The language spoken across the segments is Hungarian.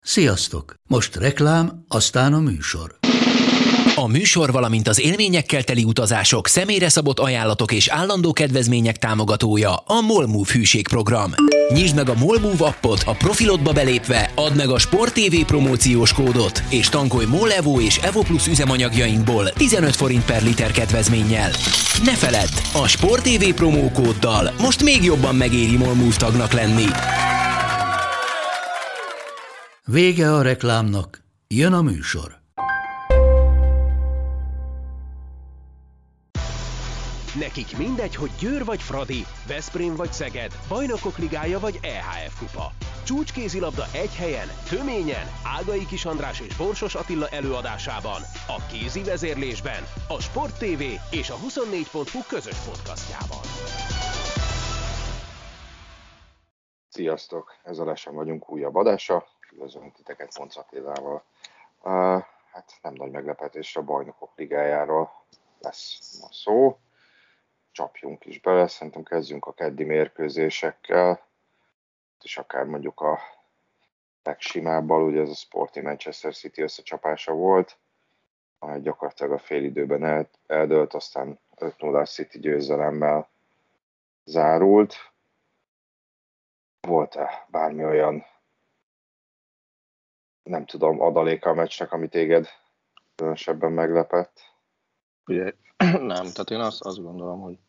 Sziasztok! Most reklám, aztán a műsor. A műsor, valamint az élményekkel teli utazások, személyre szabott ajánlatok és állandó kedvezmények támogatója a MOL Move hűségprogram. Nyisd meg a MOL Move appot, a profilodba belépve add meg a Sport TV promóciós kódot, és tankolj MOL Evo és Evo Plus üzemanyagjainkból 15 forint per liter kedvezménnyel. Ne feledd, a Sport TV promókóddal most még jobban megéri MOL Move tagnak lenni. Vége a reklámnak, jön a műsor. Nekik mindegy, hogy Győr vagy Fradi, Veszprém vagy Szeged, Bajnokok Ligája vagy EHF Kupa. Csúcskézilabda egy helyen, töményen, Ágai Kis András és Borsos Attila előadásában, a kézi vezérlésben, a Sport TV és a 24.hu közös podcastjában. Sziasztok! Ez a Lesen vagyunk újabb adása. Üdvözlünk titeket Ponc Attilával. Hát nem nagy meglepetésre a Bajnokok Ligájáról lesz ma szó. Csapjunk is bele, szerintem kezdjünk a keddi mérkőzésekkel, és akár mondjuk a legsimábbal, ugye ez a Sporting Manchester City összecsapása volt, amely gyakorlatilag a félidőben eldőlt, aztán 5-0 City győzelemmel zárult. Volt-e bármi olyan, nem tudom, adaléka a meccsnek, ami téged különösebben meglepett? Ugye, nem, tehát én azt gondolom, hogy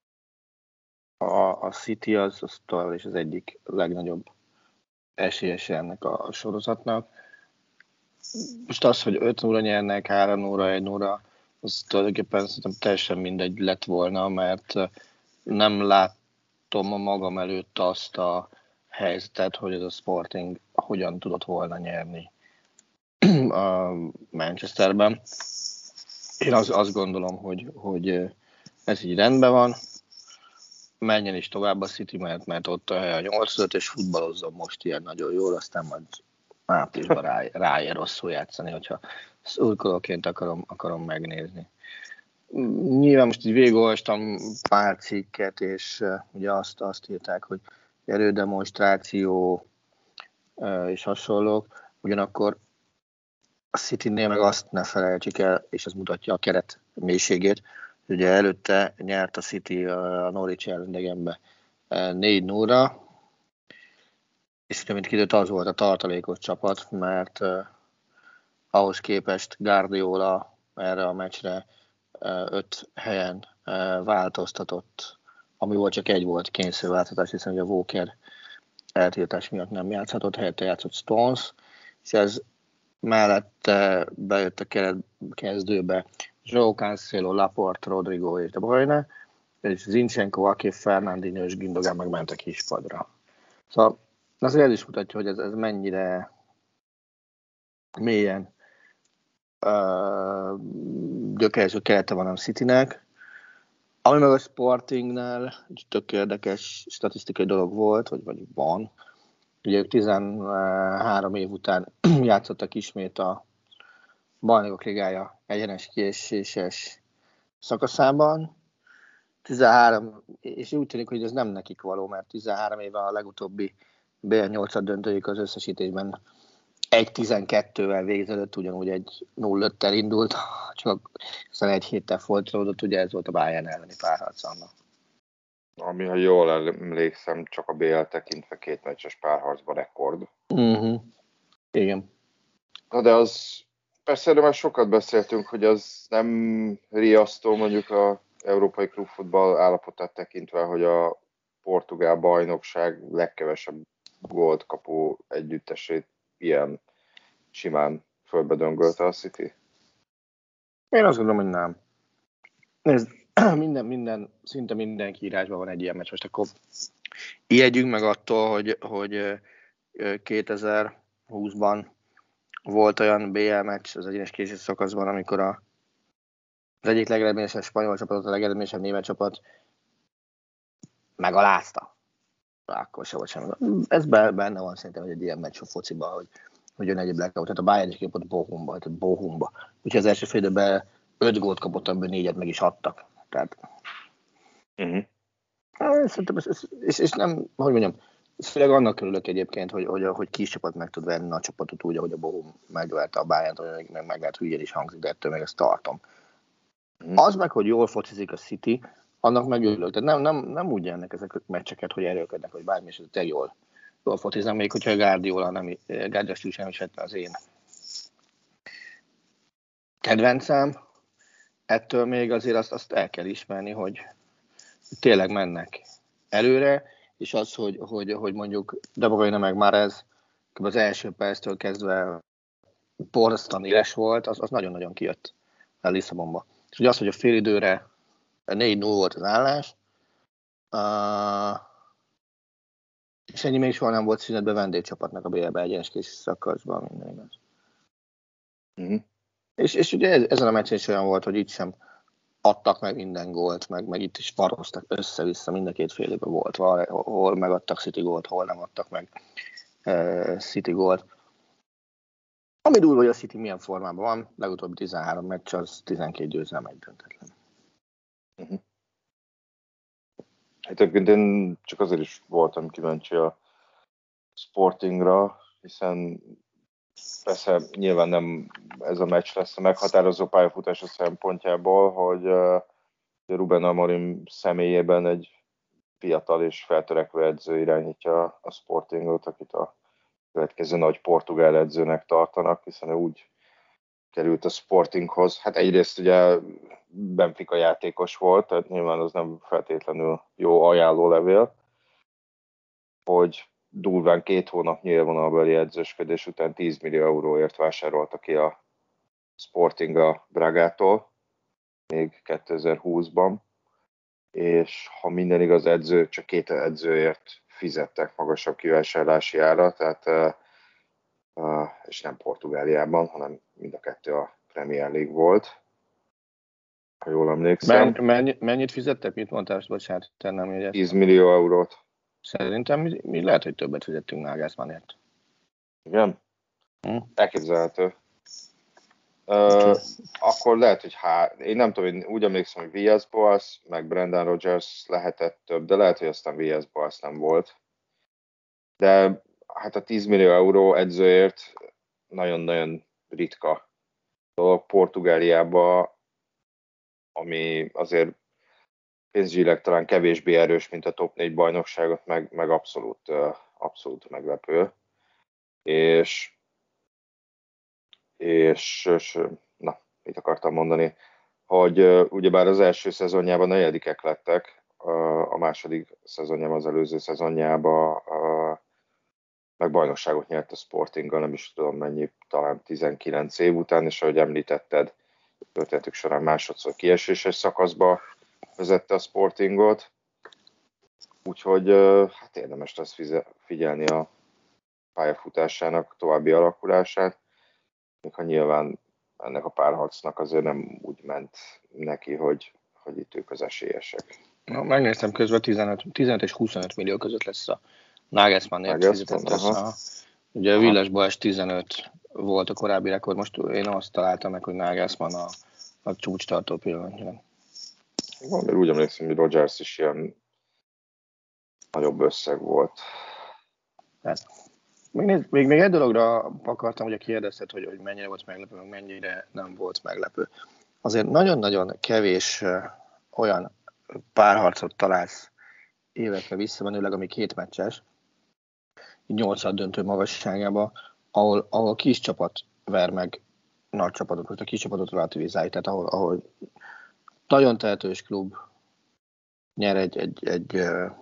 a City az továbbra is az egyik legnagyobb esélyese ennek a sorozatnak. Most az, hogy 5-0 nyernek, 3-0, 1-0, az tulajdonképpen szerintem teljesen mindegy lett volna, mert nem látom magam előtt azt a helyzetet, hogy ez a Sporting hogyan tudott volna nyerni a Manchesterben. Én azt gondolom, hogy ez így rendben van, menjen is tovább a City, mert ott a 8-5 és futballozzon most ilyen nagyon jól, aztán majd áprilisban ráér rosszul játszani, hogyha szurkolóként akarom megnézni. Nyilván most így végigolvastam pár cikket, és ugye azt írták, hogy erődemonstráció és hasonlók, ugyanakkor a Citynél meg azt ne felejtsük el, és ez mutatja a keret mélységét, hogy ugye előtte nyert a City a Norwich ellen idegenbe 4-0-ra, és ugye mint kiderült, az volt a tartalékos csapat, mert ahhoz képest Guardiola erre a meccsre 5 helyen változtatott, ami volt csak egy volt kényszerváltoztatás, hiszen ugye a Walker eltiltás miatt nem játszhatott, helyette játszott Stones, és ez mellette bejött a kezdőbe João Cancelo, Laporte, Rodrigo és De Bruyne, és Zinchenko, aki Fernandinho és Gündogan megment a kispadra. Szóval azért ez is mutatja, hogy ez mennyire mélyen gyökerező kerete van a Citynek. Ami meg a Sportingnál egy tök érdekes statisztikai dolog volt, vagy van. Ugye ők 13 év után játszottak ismét a Bajnokok Ligája egyenes kieséses szakaszában. 13, és úgy tűnik, hogy ez nem nekik való, mert 13 éve a legutóbbi BL8-at döntőjük az összesítésben 1-12-vel végződött, ugyanúgy egy 0-5-tel indult, csak aztán egy héttel folytatódott, ugye ez volt a Bayern elleni párharc annak. Ami, ha jól emlékszem, csak a BL tekintve 2 meccses párharcban rekord. Igen. Na de az, persze erről már sokat beszéltünk, hogy az nem riasztó mondjuk az európai klubfutball állapotát tekintve, hogy a portugál bajnokság legkevesebb gólt kapó együttesét ilyen simán fölbedöngölte a City. Én azt gondolom, hogy nem. Ez szinte minden kiírásban van egy ilyen meccs. Most akkor ijedjünk meg attól, hogy 2020-ban volt olyan BL meccs az egyenes késés szakaszban, amikor az egyik legeredményesebb spanyol csapat, a legeredményesebb német csapat megalázta. Akkor se volt semmi. Ez benne van szerintem, hogy egy ilyen meccs a fociban, hogy jön egy blackout. Tehát a Bayern is képott Bochumba. Úgyhogy az első fél időben 5 gólt kapott, amiből 4-et meg is adtak. Tehát... Szerintem és nem, hogy mondjam, Főleg annak örülök egyébként, hogy kis csapat meg tud verni nagy csapatot úgy, ahogy a Bochum megverte a Bayernt, hogy meg lehet hülyén is hangzik, de ettől meg ezt tartom. Az meg, hogy jól focizik a City, annak meg örülök. Tehát nem úgy jönnek ezek a meccseket, hogy erőlködnek, vagy bármi, és ez jól fociznak, még hogyha Guardiola nem is vette az én kedvencem. Ettől még azért azt el kell ismerni, hogy tényleg mennek előre, és az, hogy mondjuk De Bruyne meg Mahrez az első perctől kezdve borzasztóan éles volt, az nagyon-nagyon kijött el Lisszabonba. És ugye az, hogy a félidőre 4-0 volt az állás, és ennyi még soha nem volt szünetben vendégcsapatnak a BL-be egyenes kis szakaszban, minden igaz. Uh-huh. És ugye ezen a meccsen is olyan volt, hogy itt sem adtak meg minden gólt, meg itt is varoztak össze-vissza, mind a két fél évben volt. Hol megadtak City gólt, hol nem adtak meg City gólt. Ami durva, hogy a City milyen formában van, legutóbbi 13 meccs, az 12 győzelem, egy döntetlen. Uh-huh. Hát egyébként én csak azért is voltam kíváncsi a Sportingra, hiszen persze nyilván nem ez a meccs lesz a meghatározó pályafutása szempontjából, hogy Ruben Amorim személyében egy fiatal és feltörekvő edző irányítja a Sportingot, akit a következő nagy portugál edzőnek tartanak, hiszen ő úgy került a Sportinghoz. Hát egyrészt ugye Benfica játékos volt, tehát nyilván az nem feltétlenül jó ajánlólevél, hogy durván 2 hónapnyi élvonalbeli edzősködés után 10 millió euróért vásárolta ki a Sporting a Bragától, még 2020-ban, és ha minden igaz, csak 2 edzőért fizettek magasabb kivásárlási ára, tehát és nem Portugáliában, hanem mind a 2 a Premier League volt, ha jól emlékszem. Mennyit fizettek? Mit mondtál? Bocsánat, te nem jegyeztem. 10 millió eurót. Szerintem mi lehet, hogy többet fizettünk Nagelsmannért. Igen? Elképzelhető. Akkor lehet, hogy én nem tudom, én úgy emlékszem, hogy Villas-Boas, meg Brendan Rodgers lehetett több, de lehet, hogy aztán Villas-Boas nem volt. De hát a 10 millió euró edzőért nagyon-nagyon ritka dolog Portugáliában, ami azért pénzügyileg talán kevésbé erős, mint a top 4 bajnokságot, meg abszolút meglepő. És na, mit akartam mondani, hogy ugyebár az első szezonjában 4. lettek, a második szezonjában, az előző szezonjában meg bajnokságot nyert a Sportinggal, nem is tudom mennyi, talán 19 év után, és ahogy említetted, történetük során másodszor kieséses szakaszba vezette a Sportingot, úgyhogy hát érdemes lesz figyelni a pályafutásának további alakulását, még ha nyilván ennek a párharcnak azért nem úgy ment neki, hogy itt ők az esélyesek. Na, megnéztem közben 15 és 25 millió között lesz a Nagelsmannért fizetett. Ugye a Villas-Boas 15 volt a korábbi rekord, most én azt találtam meg, hogy Nagelsmann a csúcstartó pillanatban. Mert úgy emlékszem, hogy Rodgers is ilyen nagyobb összeg volt. Hát. Még egy dologra akartam, hogy kérdezted, hogy mennyire volt meglepő, meg mennyire nem volt meglepő. Azért nagyon-nagyon kevés olyan párharcot találsz évekre visszamenőleg, ami 2 meccses, 8 döntő magasságában, ahol kis csapat ver meg nagy csapatot, most a kis csapatot relativizáljuk, tehát ahol nagyon tehetős klub nyer egy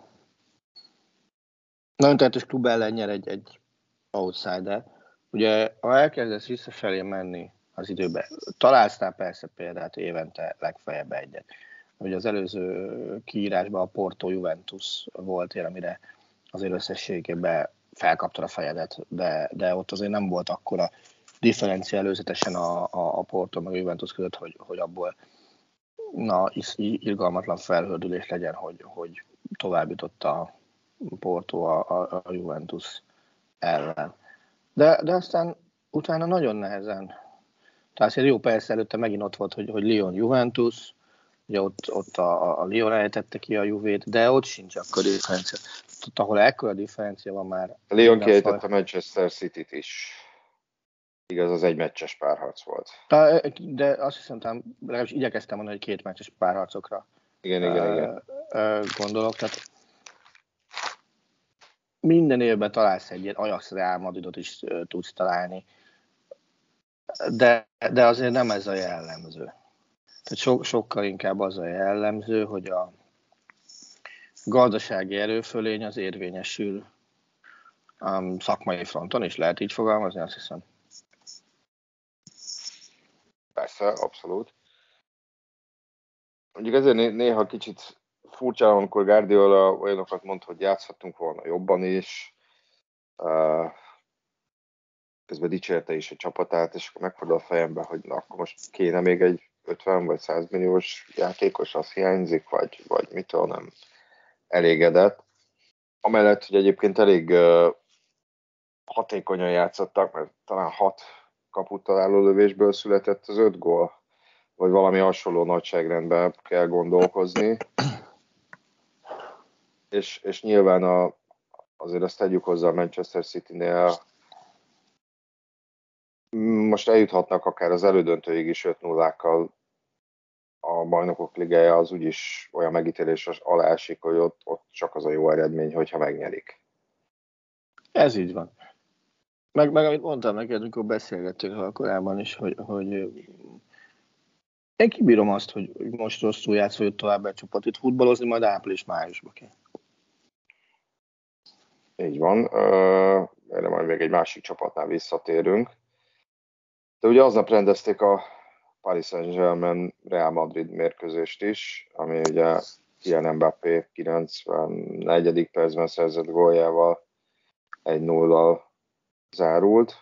nagyon tehetős klub ellen nyer egy outsider. Ugye, ha elkezdesz visszafelé menni az időben, találsz persze példát évente legfeljebb egyet. Ugye az előző kiírásban a Porto Juventus volt én, amire azért összességében felkaptad a fejedet, de ott azért nem volt akkora differencia előzetesen a Porto meg a Juventus között, hogy abból irgalmatlan felhördülés legyen, hogy tovább jutott a Porto a Juventus ellen. De aztán utána nagyon nehezen. Tehát jó, persze előtte megint ott volt, hogy Lyon Juventus, ugye ott a Lyon ejtette ki a Juvét, de ott sincs akkor differencia. ott, ahol ekkora differencia van már. Lyon kiejtett a Manchester City-t is. Igaz, az egy meccses párharc volt. De azt hiszem, legalábbis igyekeztem mondani, hogy 2 meccses párharcokra Igen. Gondolok. Tehát minden évben találsz egy ilyen Ajax Real Madridot is tudsz találni. De azért nem ez a jellemző. Tehát sokkal inkább az a jellemző, hogy a gazdasági erőfölény az érvényesül szakmai fronton is, lehet így fogalmazni, azt hiszem. Persze, abszolút. Mondjuk ezért néha kicsit furcsa, amikor Guardiola olyanokat mond, hogy játszhattunk volna jobban is. Közben dicsérte is a csapatát, és akkor megfordul a fejembe, hogy na, akkor most kéne még egy 50 vagy 100 milliós játékos, az hiányzik, vagy mitől nem elégedett. Amellett, hogy egyébként elég hatékonyan játszottak, mert talán 6 kaput találó lövésből született az 5 gól, vagy valami hasonló nagyságrendben kell gondolkozni. És nyilván azért azt tegyük hozzá a Manchester City-nél, most eljuthatnak akár az elődöntőig is 5-0-kkal, a Bajnokok Ligája az úgyis olyan megítélés alá esik, hogy ott csak az a jó eredmény, hogyha megnyerik. Ez így van. Meg amit mondtam neked, amikor beszélgettünk korábban is, hogy én kibírom azt, hogy most rosszul játsz, hogy tovább egy csapat itt futballozni, majd április-májusba kell. Így van. Erre majd még egy másik csapatnál visszatérünk. De ugye aznap rendezték a Paris Saint-Germain Real Madrid mérkőzést is, ami ugye Kylian Mbappé 94. percben szerzett góljával 1-0-al zárult.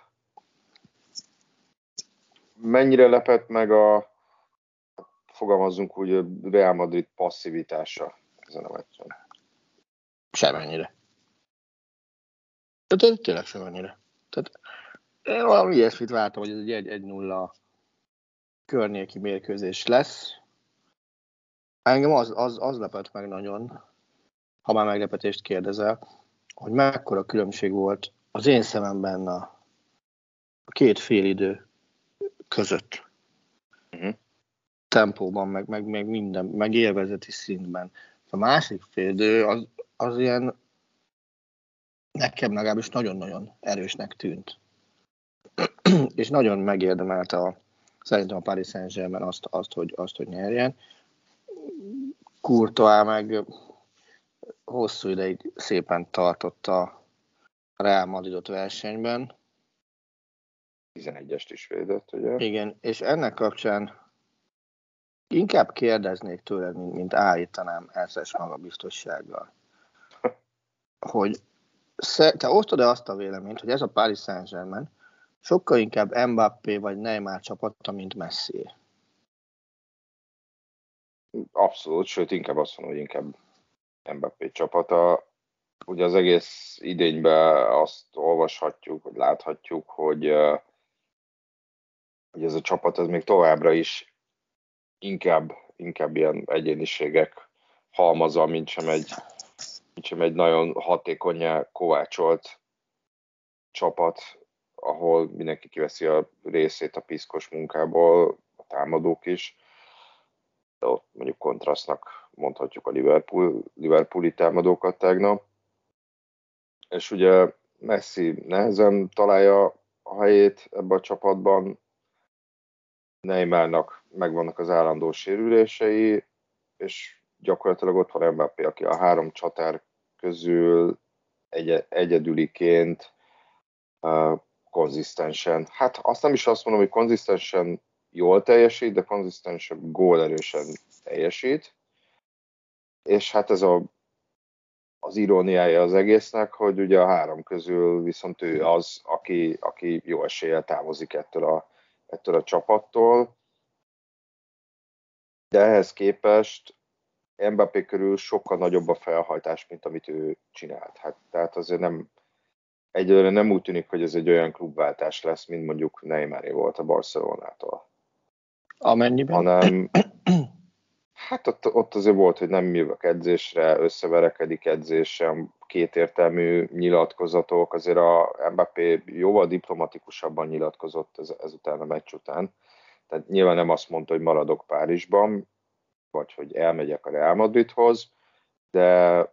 Mennyire lepett meg fogalmazzunk úgy, Real Madrid passzivitása ezen a meccsen? Semennyire. Tehát tényleg semennyire. Tehát én valami ilyesmit vártam, hogy ez egy 1-0 környéki mérkőzés lesz. Engem az lepett meg nagyon, ha már meglepetést kérdezel, hogy mekkora különbség volt az én szememben a 2 félidő között. Tempóban, meg minden, meg élvezeti szintben. A másik félidő az ilyen nekem legalábbis nagyon-nagyon erősnek tűnt. És nagyon megérdemelte szerintem a Paris Saint-Germain azt, hogy nyerjen. Courtois meg hosszú ideig szépen tartotta a Real Madridot versenyben. 11-est is védett, ugye? Igen, és ennek kapcsán inkább kérdeznék tőled, mint állítanám elszes magabiztossággal, hogy te osztod-e azt a véleményt, hogy ez a Paris Saint-Germain sokkal inkább Mbappé vagy Neymar csapata, mint Messi? Abszolút, sőt inkább azt mondom, hogy inkább Mbappé csapata. Ugye az egész idényben azt olvashatjuk, vagy láthatjuk, hogy ez a csapat az még továbbra is inkább ilyen egyéniségek halmaza, mint sem egy nagyon hatékonnyá kovácsolt csapat, ahol mindenki kiveszi a részét a piszkos munkából, a támadók is. De ott mondjuk kontrasztnak mondhatjuk a Liverpooli támadókat tegnap. És ugye Messi nehezen találja a helyét ebbe a csapatban, Neymarnak megvannak az állandó sérülései, és gyakorlatilag ott van Mbappé, aki a 3 csatár közül egyedüliként konzisztensen, hát azt nem is azt mondom, hogy konzisztensen jól teljesít, de konzisztensen gólerősen teljesít. És hát ez az iróniája az egésznek, hogy ugye a 3 közül viszont ő az, aki jó eséllyel távozik ettől a csapattól. De ehhez képest Mbappé körül sokkal nagyobb a felhajtás, mint amit ő csinált. Hát, tehát azért egyelőre nem úgy tűnik, hogy ez egy olyan klubváltás lesz, mint mondjuk Neymaré volt a Barcelonától. Amennyiben? Hanem hát ott azért volt, hogy nem jövök edzésre, összeverekedik edzésen, kétértelmű nyilatkozatok, azért a Mbappé jóval diplomatikusabban nyilatkozott ezután a meccs után. Tehát nyilván nem azt mondta, hogy maradok Párizsban, vagy hogy elmegyek a Real Madridhoz, de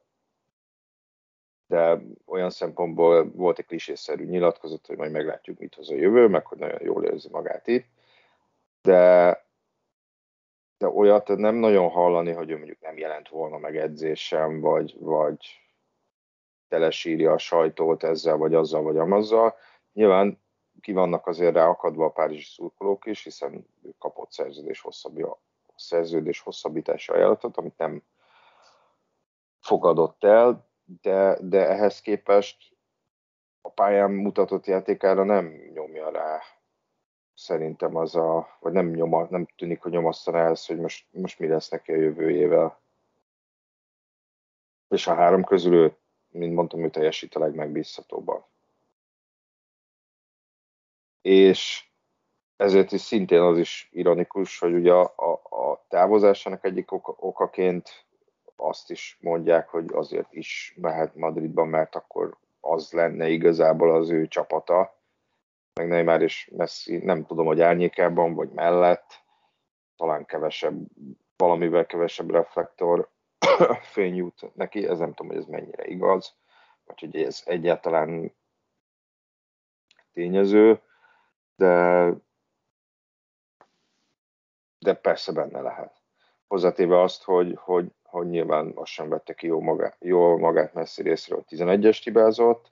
olyan szempontból volt egy klisészerű nyilatkozat, hogy majd meglátjuk, mit hoz a jövő, meg hogy nagyon jól érzi magát itt. De olyat nem nagyon hallani, hogy ő mondjuk nem jelent volna meg edzésen, vagy telesírja a sajtót ezzel, vagy azzal, vagy amazzal. Nyilván ki vannak azért rá akadva a párizsi szurkolók is, hiszen ő kapott szerződés hosszabbítási ajánlatot, amit nem fogadott el, de ehhez képest a pályán mutatott játékára nem nyomja rá szerintem vagy nem tűnik, hogy nyomasztaná ezt, hogy most mi lesz neki a jövőjével. És a három közül ő, mint mondtam, ő teljesít a legmegbízhatóbban. És ezért is szintén az is ironikus, hogy ugye a távozásának egyik okaként azt is mondják, hogy azért is mehet Madridban, mert akkor az lenne igazából az ő csapata, meg Neymar és Messi, nem tudom, hogy árnyékában vagy mellett, talán valamivel kevesebb reflektor fény jut neki, ez nem tudom, hogy ez mennyire igaz, vagy hogy ez egyáltalán tényező, de persze benne lehet. Hozzátéve azt, hogy nyilván azt sem vette ki jól magát Messi részről, 11-es hibázott.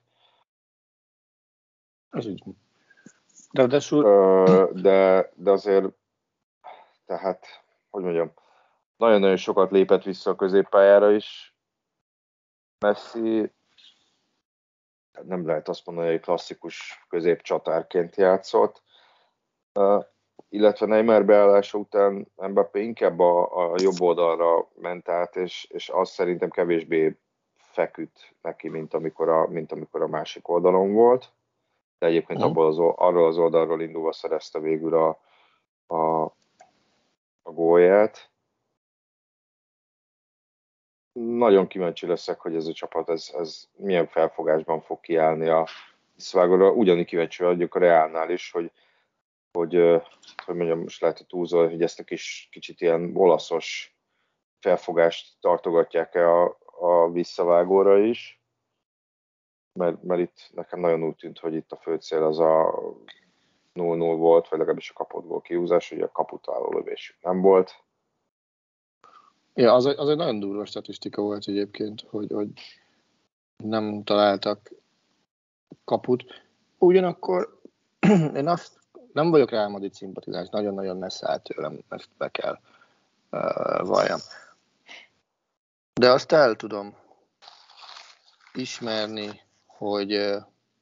Ez így. De azért, tehát, hogy mondjam, nagyon-nagyon sokat lépett vissza a középpályára is Messi. Nem lehet azt mondani, hogy egy klasszikus középcsatárként játszott. Illetve Neymar beállása után Mbappé inkább a jobb oldalra ment át, és az szerintem kevésbé feküdt neki, mint amikor a másik oldalon volt. De egyébként arról az oldalról indulva szerezte végül a gólját. Nagyon kíváncsi leszek, hogy ez a csapat ez milyen felfogásban fog kiállni a Szvágóra. Ugyanígy kíváncsi vagyok a Reálnál is, hogy mondjam, most lehet, hogy túlzol, hogy ezt a kicsit ilyen olaszos felfogást tartogatják-e a visszavágóra is. Mert itt nekem nagyon úgy tűnt, hogy itt a fő cél az a 0-0 volt, vagy legalábbis a kaputból kiúzás, ugye a kaputáló lövésük nem volt. Ja, az egy nagyon durva statisztika volt egyébként, hogy nem találtak kaput. Ugyanakkor én azt nem vagyok Real Madrid szimpatizáns, nagyon-nagyon messze áll tőlem, ezt be kell valljam. De azt el tudom ismerni, hogy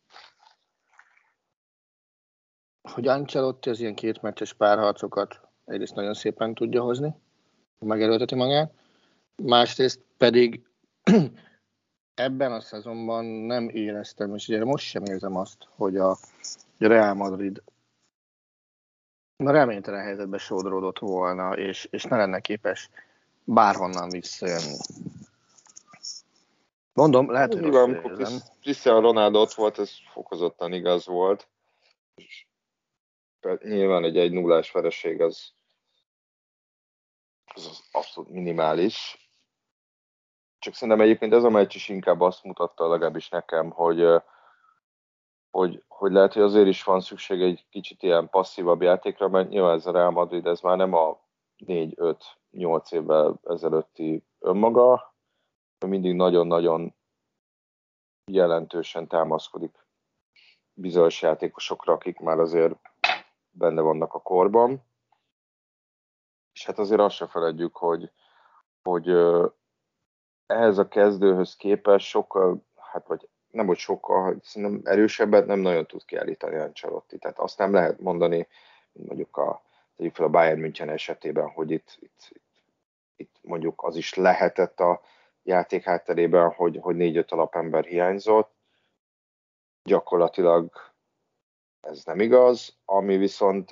Ancelotti az ilyen kétmeccses párharcokat egyrészt nagyon szépen tudja hozni, megerőlteti magát, másrészt pedig ebben a szezonban nem éreztem, és ugye most sem érzem azt, hogy a Real Madrid reménytelen helyzetbe sodródott volna, és ne lenne képes bárhonnan visszajönni. Mondom, lehet, hogy amikor Cristiano Ronaldo ott volt, ez fokozottan igaz volt. És nyilván egy 1-0-ás vereség az abszolút minimális. Csak szerintem egyébként ez a meccs is inkább azt mutatta, legalábbis nekem, hogy lehet, hogy azért is van szükség egy kicsit ilyen passzívabb játékra, mert nyilván ez a Real Madrid, ez már nem a 4-5-8 évvel ezelőtti önmaga, mindig nagyon-nagyon jelentősen támaszkodik bizonyos játékosokra, akik már azért benne vannak a korban. És hát azért azt se feledjük, hogy ehhez a kezdőhöz képest sokkal, vagy nem hogy sokkal, szerintem erősebbet nem nagyon tud kiállítani Ancelotti. Tehát azt nem lehet mondani, mondjuk tegyük fel a Bayern München esetében, hogy itt mondjuk az is lehetett a játék hátterében, hogy 4-5 alapember hiányzott. Gyakorlatilag ez nem igaz, ami viszont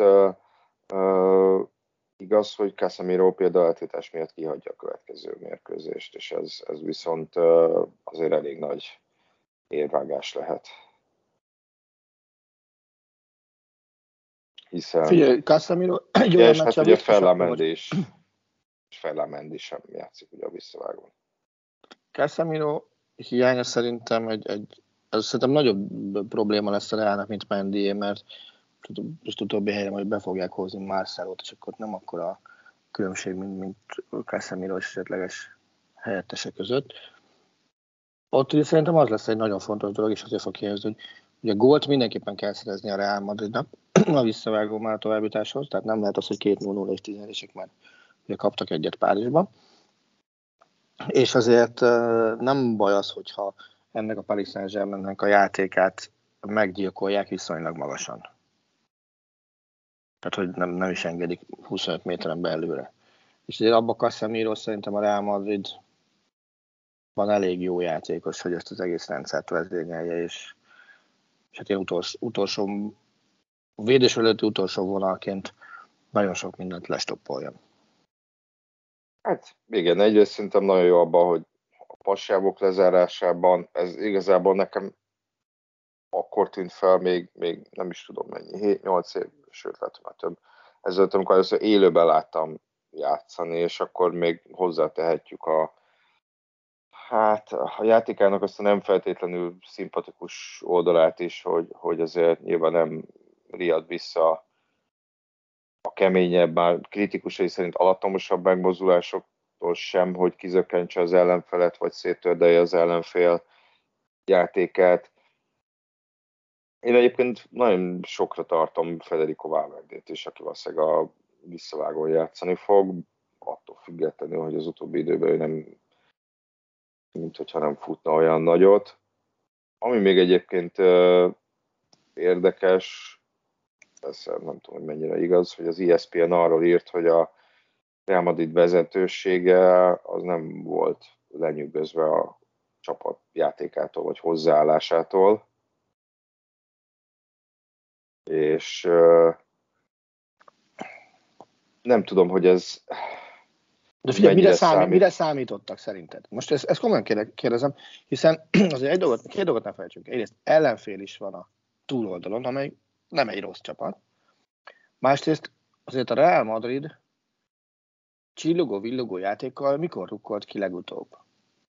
igaz, hogy Casemiro például eltiltás miatt kihagyja a következő mérkőzést, és ez viszont azért elég nagy érvágás lehet. Hiszen... Figyelj, Casemiro egy olyan és hát meccsen ugye biztos akkor, hogy Ferland sem játszik ugye a visszavágón. Casemiro hiánya szerintem ez szerintem nagyobb probléma lesz a Realnak, mint Mendyé, mert most utóbbi helyre majd be fogják hozni Marcelót, és akkor nem akkora a különbség, mint Casemiro és esetleges helyettesek között. Ott ugye szerintem az lesz egy nagyon fontos dolog, és azért fog kijelzni, hogy ugye gólt mindenképpen kell szerezni a Real Madridnak a visszavágó már továbbjutáshoz, tehát nem lehet az, hogy 2-0 és 10-esek már ugye kaptak egyet Párizsban. És azért nem baj az, hogyha ennek a Paris Saint-Germainnek a játékát meggyilkolják viszonylag magasan. Tehát, hogy nem is engedik 25 méteren belőle. És azért abban Casemiro szerintem a Real Madrid van elég jó játékos, hogy ezt az egész rendszert vezényelje, és hát ilyen utolsó védés előtti utolsó vonalként nagyon sok mindent lestoppoljon. Hát igen, egyrészt szerintem nagyon jó abban, hogy a passávok lezárásában, ez igazából nekem akkor tűnt fel, még nem is tudom mennyi, 7-8 év, sőt lehet már több. Ezelőtt, amikor először élőben láttam játszani, és akkor még hozzátehetjük a játékának azt a nem feltétlenül szimpatikus oldalát is, hogy azért nyilván nem riad vissza a keményebb, már kritikusai szerint alattomosabb megmozdulásoktól sem, hogy kizökkentse az ellenfelet, vagy széttördelje az ellenfél játékát. Én egyébként nagyon sokra tartom Federico Valverdét is, aki valószínűleg a visszavágón játszani fog, attól függetlenül, hogy az utóbbi időben ő nem, mint hogyha nem futna olyan nagyot. Ami még egyébként érdekes, persze nem tudom, hogy mennyire igaz, hogy az ESPN arról írt, hogy a Real Madrid vezetősége az nem volt lenyűgözve a csapat játékától vagy hozzáállásától. És nem tudom, hogy ez de figyelj, mire számítottak szerinted? Most ezt komolyan kérdezem, hiszen azért két dolgot ne felejtsünk. Egyrészt ellenfél is van a túloldalon, amely nem egy rossz csapat. Másrészt azért a Real Madrid csillogó-villogó játékkal mikor rukkolt ki legutóbb?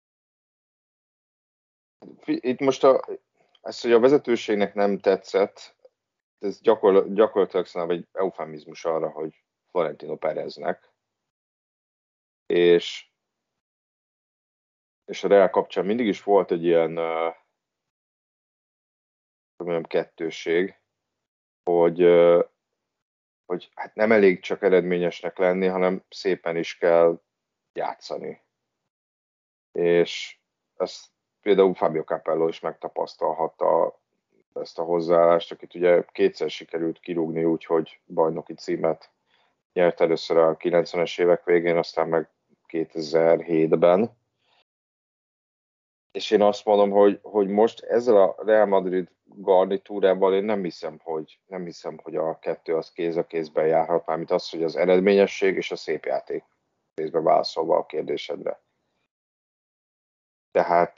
Itt most ez, hogy a vezetőségnek nem tetszett, ez gyakorlatilag szerintem egy eufemizmus arra, hogy Florentino Pereznek, és a Real kapcsán mindig is volt egy ilyen kettősség, hogy hát nem elég csak eredményesnek lenni, hanem szépen is kell játszani. És ezt például Fabio Capello is megtapasztalhatta ezt a hozzáállást, akit ugye kétszer sikerült kirúgni úgy, hogy bajnoki címet nyert először a 90-es évek végén, aztán meg 2007-ben. És én azt mondom, hogy most ezzel a Real Madrid garnitúrával én nem hiszem, hogy a kettő az kéz a kézben járhat, mármint az, hogy az eredményesség és a szép játék részben válaszolva a kérdésedre. Tehát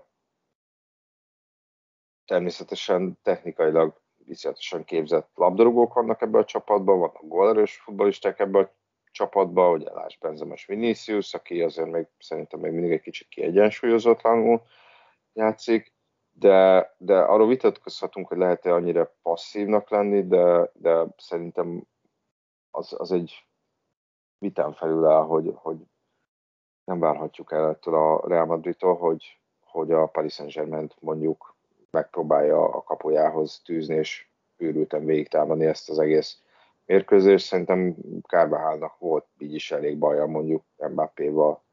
természetesen technikailag viszonyatosan képzett labdarúgók vannak ebben a csapatban, vannak gólerős futballisták ebben a csapatban, ugye lásd Benzemes Vinicius, aki azért szerintem még mindig egy kicsit kiegyensúlyozatlanul játszik, de arról vitatkozhatunk, hogy lehet-e annyira passzívnak lenni, de szerintem az egy vitán felül áll, hogy nem várhatjuk el ettől a Real Madridtól, hogy a Paris Saint-Germaint mondjuk megpróbálja a kapujához tűzni, és őrülten végigtámadni ezt az egész mérkőzést. Szerintem Carvajalnak volt így is elég baja mondjuk Mbappéval.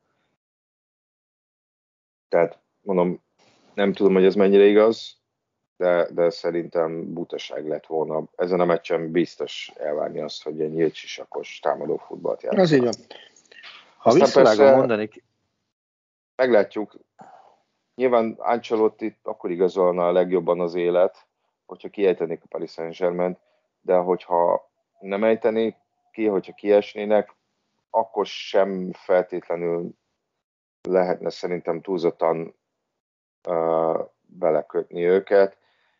Tehát mondom, nem tudom, hogy ez mennyire igaz, de szerintem butaság lett volna. Ezen a meccsen biztos elvárni azt, hogy egy nyílt sisakos támadó futballt játszik. Az így van. Ha visszavágom mondanék... Meglátjuk. Nyilván Ancelotti akkor igazolna a legjobban az élet, hogyha kiejtenék a Paris Saint-Germaint, de hogyha nem ejtenék ki, hogyha kiesnének, akkor sem feltétlenül lehetne szerintem túlzottan belekötni őket.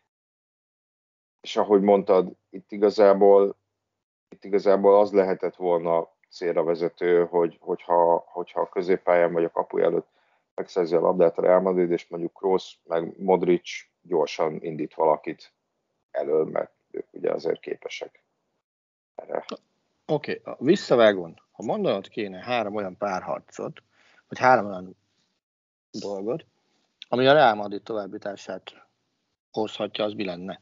És ahogy mondtad, itt igazából az lehetett volna célra vezető, hogyha a középpályán vagy a kapuja előtt megszerzi a labdát a Real Madrid, és mondjuk Kroos meg Modric gyorsan indít valakit elől, mert ők ugye azért képesek erre. Oké, a visszavágón, ha mondanod kéne 3 olyan párharcot, vagy 3 olyan dolgot, ami a Real Madrid továbbítását hozhatja, az mi lenne?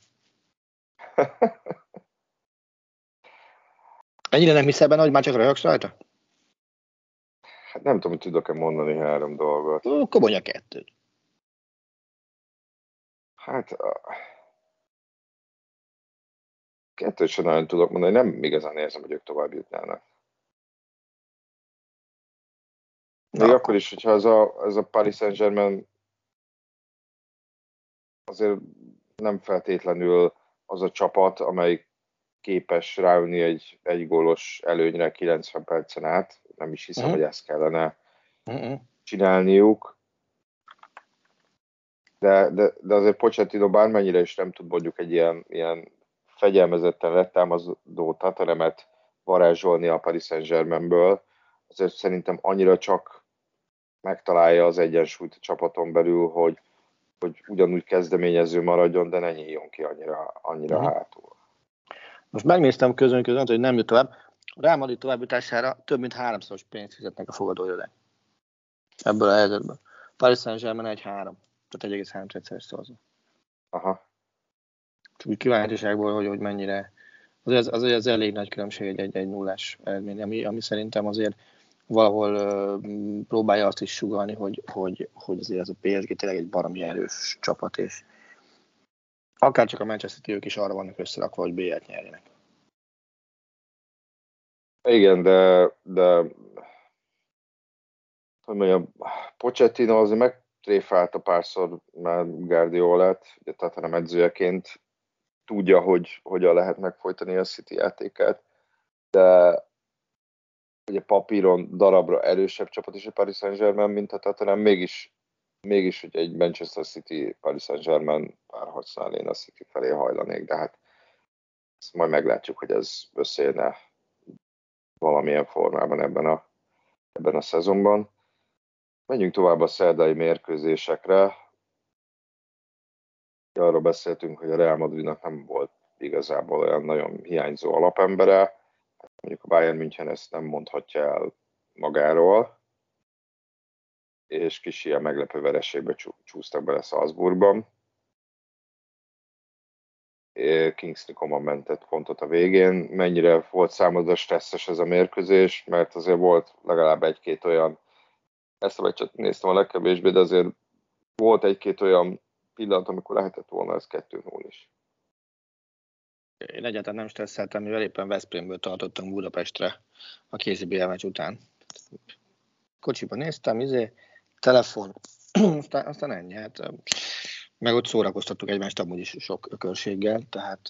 Ennyire nem hiszel benne, hogy már csak röhögsz rajta? Hát nem tudom, hogy tudok-e mondani 3 dolgot. Akkor mondja 2. Hát 2 sem nagyon tudok mondani, nem igazán érzem, hogy ők tovább jutnának. Még akkor is, hogyha ez a Paris Saint-Germain azért nem feltétlenül az a csapat, amelyik képes ráülni egy gólos előnyre 90 percen át. Nem is hiszem, hogy ezt kellene csinálniuk. De azért Pochettino bármennyire is nem tud mondjuk egy ilyen fegyelmezetten letámasztó Tataremet varázsolni a Paris Saint-Germainből, azért szerintem annyira csak megtalálja az egyensúlyt a csapaton belül, hogy ugyanúgy kezdeményező maradjon, de ne nyíljon ki annyira hátul. Most megnéztem közön, hogy nem jut tovább. A Real Madrid továbbjutására több mint 3-szoros pénzt fizetnek a fogadóirodák. Ebből a helyzetből. Paris Saint-Germain 1,3. Tehát 1,3-szeres szavazó. Aha. Csak úgy kíváncsiságból, hogy mennyire... Az elég nagy különbség egy nullás eredmény, ami szerintem azért valahol próbálja azt is sugallni, hogy azért ez a PSG tényleg egy baromi erős csapat, és akár csak a Manchester City, ők is arra vannak összerakva, hogy BL-t nyerjenek. Igen, de hogy mondjam, Pochettino azért megtréfálta párszor már Guardiolát, ugye Tottenham edzőjeként, tudja, hogy hogyan lehet megfojtani a City játékát, de ugye papíron darabra erősebb csapat is a Paris Saint-Germain, mint a Tottenham, mégis hogy egy Manchester City Paris Saint-Germain párharcnál én a City felé hajlanék, de hát ezt majd meglátjuk, hogy ez összejönne valamilyen formában ebben a szezonban. Menjünk tovább a szerdai mérkőzésekre. Arról beszéltünk, hogy a Real Madridnak nem volt igazából olyan nagyon hiányzó alapembere. Mondjuk a Bayern München ezt nem mondhatja el magáról, és kis ilyen meglepő vereségbe csúsztak bele Salzburgban. Kingsley Coman mentett pontot a végén. Mennyire volt számodra stresszes ez a mérkőzés, mert azért volt legalább 1-2 olyan, ezt a meccset néztem a legkevésbé, de azért volt 1-2 olyan pillanat, amikor lehetett volna ez 2-0 is. Én egyáltalán nem stresszeltem, mivel éppen Veszprémből tartottam Budapestre a kézi BL meccs után. Kocsiban néztem, telefon, aztán ennyi. Hát, meg ott szórakoztattuk egymást amúgy is sok ökörséggel, tehát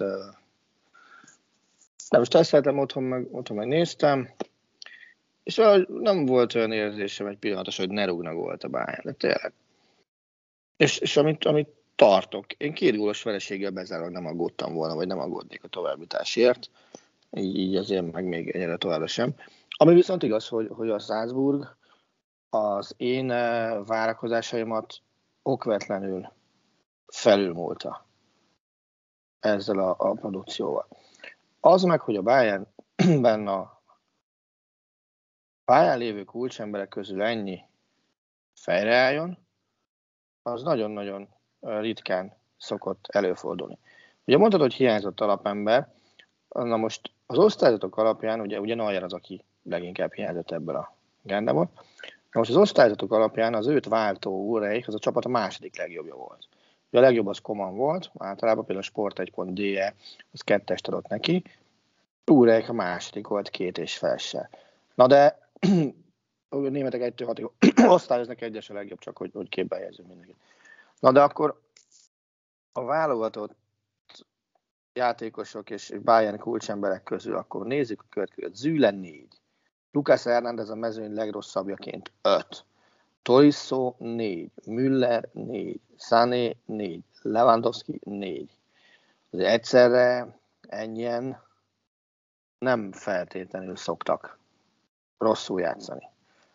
nem stresszeltem, otthon meg néztem, és nem volt olyan érzésem egy pillanatos, hogy ne rúgna gólt a Bayern, de tényleg. És amit tartok. Én 2 gólos vereséggel bezárólag nem aggódtam volna, vagy nem aggódnék a továbbításért. Így azért meg még egyre továbbra sem. Ami viszont igaz, hogy a Salzburg az én várakozásaimat okvetlenül felülmúlta ezzel a produkcióval. Az meg, hogy a Bayernben a pályán lévő kulcsemberek közül ennyi fejreálljon, az nagyon-nagyon ritkán szokott előfordulni. Ugye mondtad, hogy hiányzott alapember, na most az osztályzatok alapján, ugye Neuer az, aki leginkább hiányzott ebből a gándában. Na most az osztályzatok alapján az őt váltó Ulreich az a csapat a második legjobbja volt. Ugye a legjobb az Coman volt, általában például a Sport1.de az 2-est adott neki, Ulreich a második volt 2,5-sel. Na de a németek 1-6-ig osztályoznak, 1-es a legjobb, csak hogy képbe helyezzük mindenkit. Na de akkor a válogatott játékosok és Bayern kulcsemberek közül akkor nézzük a következőt. Züle 4. Lucas Hernández a mezőny legrosszabbjaként 5. Tolisso 4, Müller 4, Sané 4, Lewandowski 4. Azért egyszerre ennyien nem feltétlenül szoktak rosszul játszani.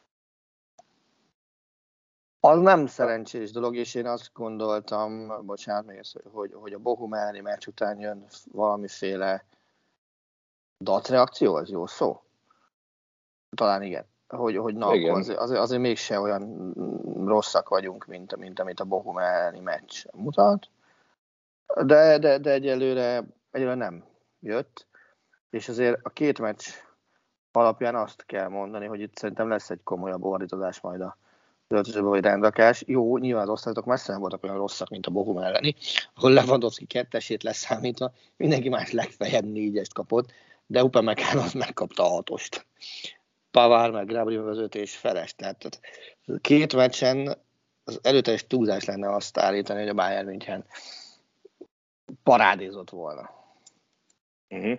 Az nem szerencsés dolog, és én azt gondoltam, bocsánat még ezt, hogy a Bochum elleni meccs után jön valamiféle datreakció, az jó szó? Talán igen. Hogy na, igen. Azért mégse olyan rosszak vagyunk, mint amit a Bochum elleni meccs mutat. De egyelőre nem jött. És azért a két meccs alapján azt kell mondani, hogy itt szerintem lesz egy komolyabb ordítozás majd a öltözőbe, vagy rendrakás. Jó, nyilván az osztályok messze nem voltak olyan rosszak, mint a Bochum elleni, ahol Lewandowski 2-esét leszámítva, mindenki más legfeljebb 4-est kapott, de Upamecano az megkapta a 6-ost. Pavard meg Gnabry az 5 feles. Tehát két meccsen az előteljes túlzás lenne azt állítani, hogy a Bayern München parádézott volna. Uh-huh.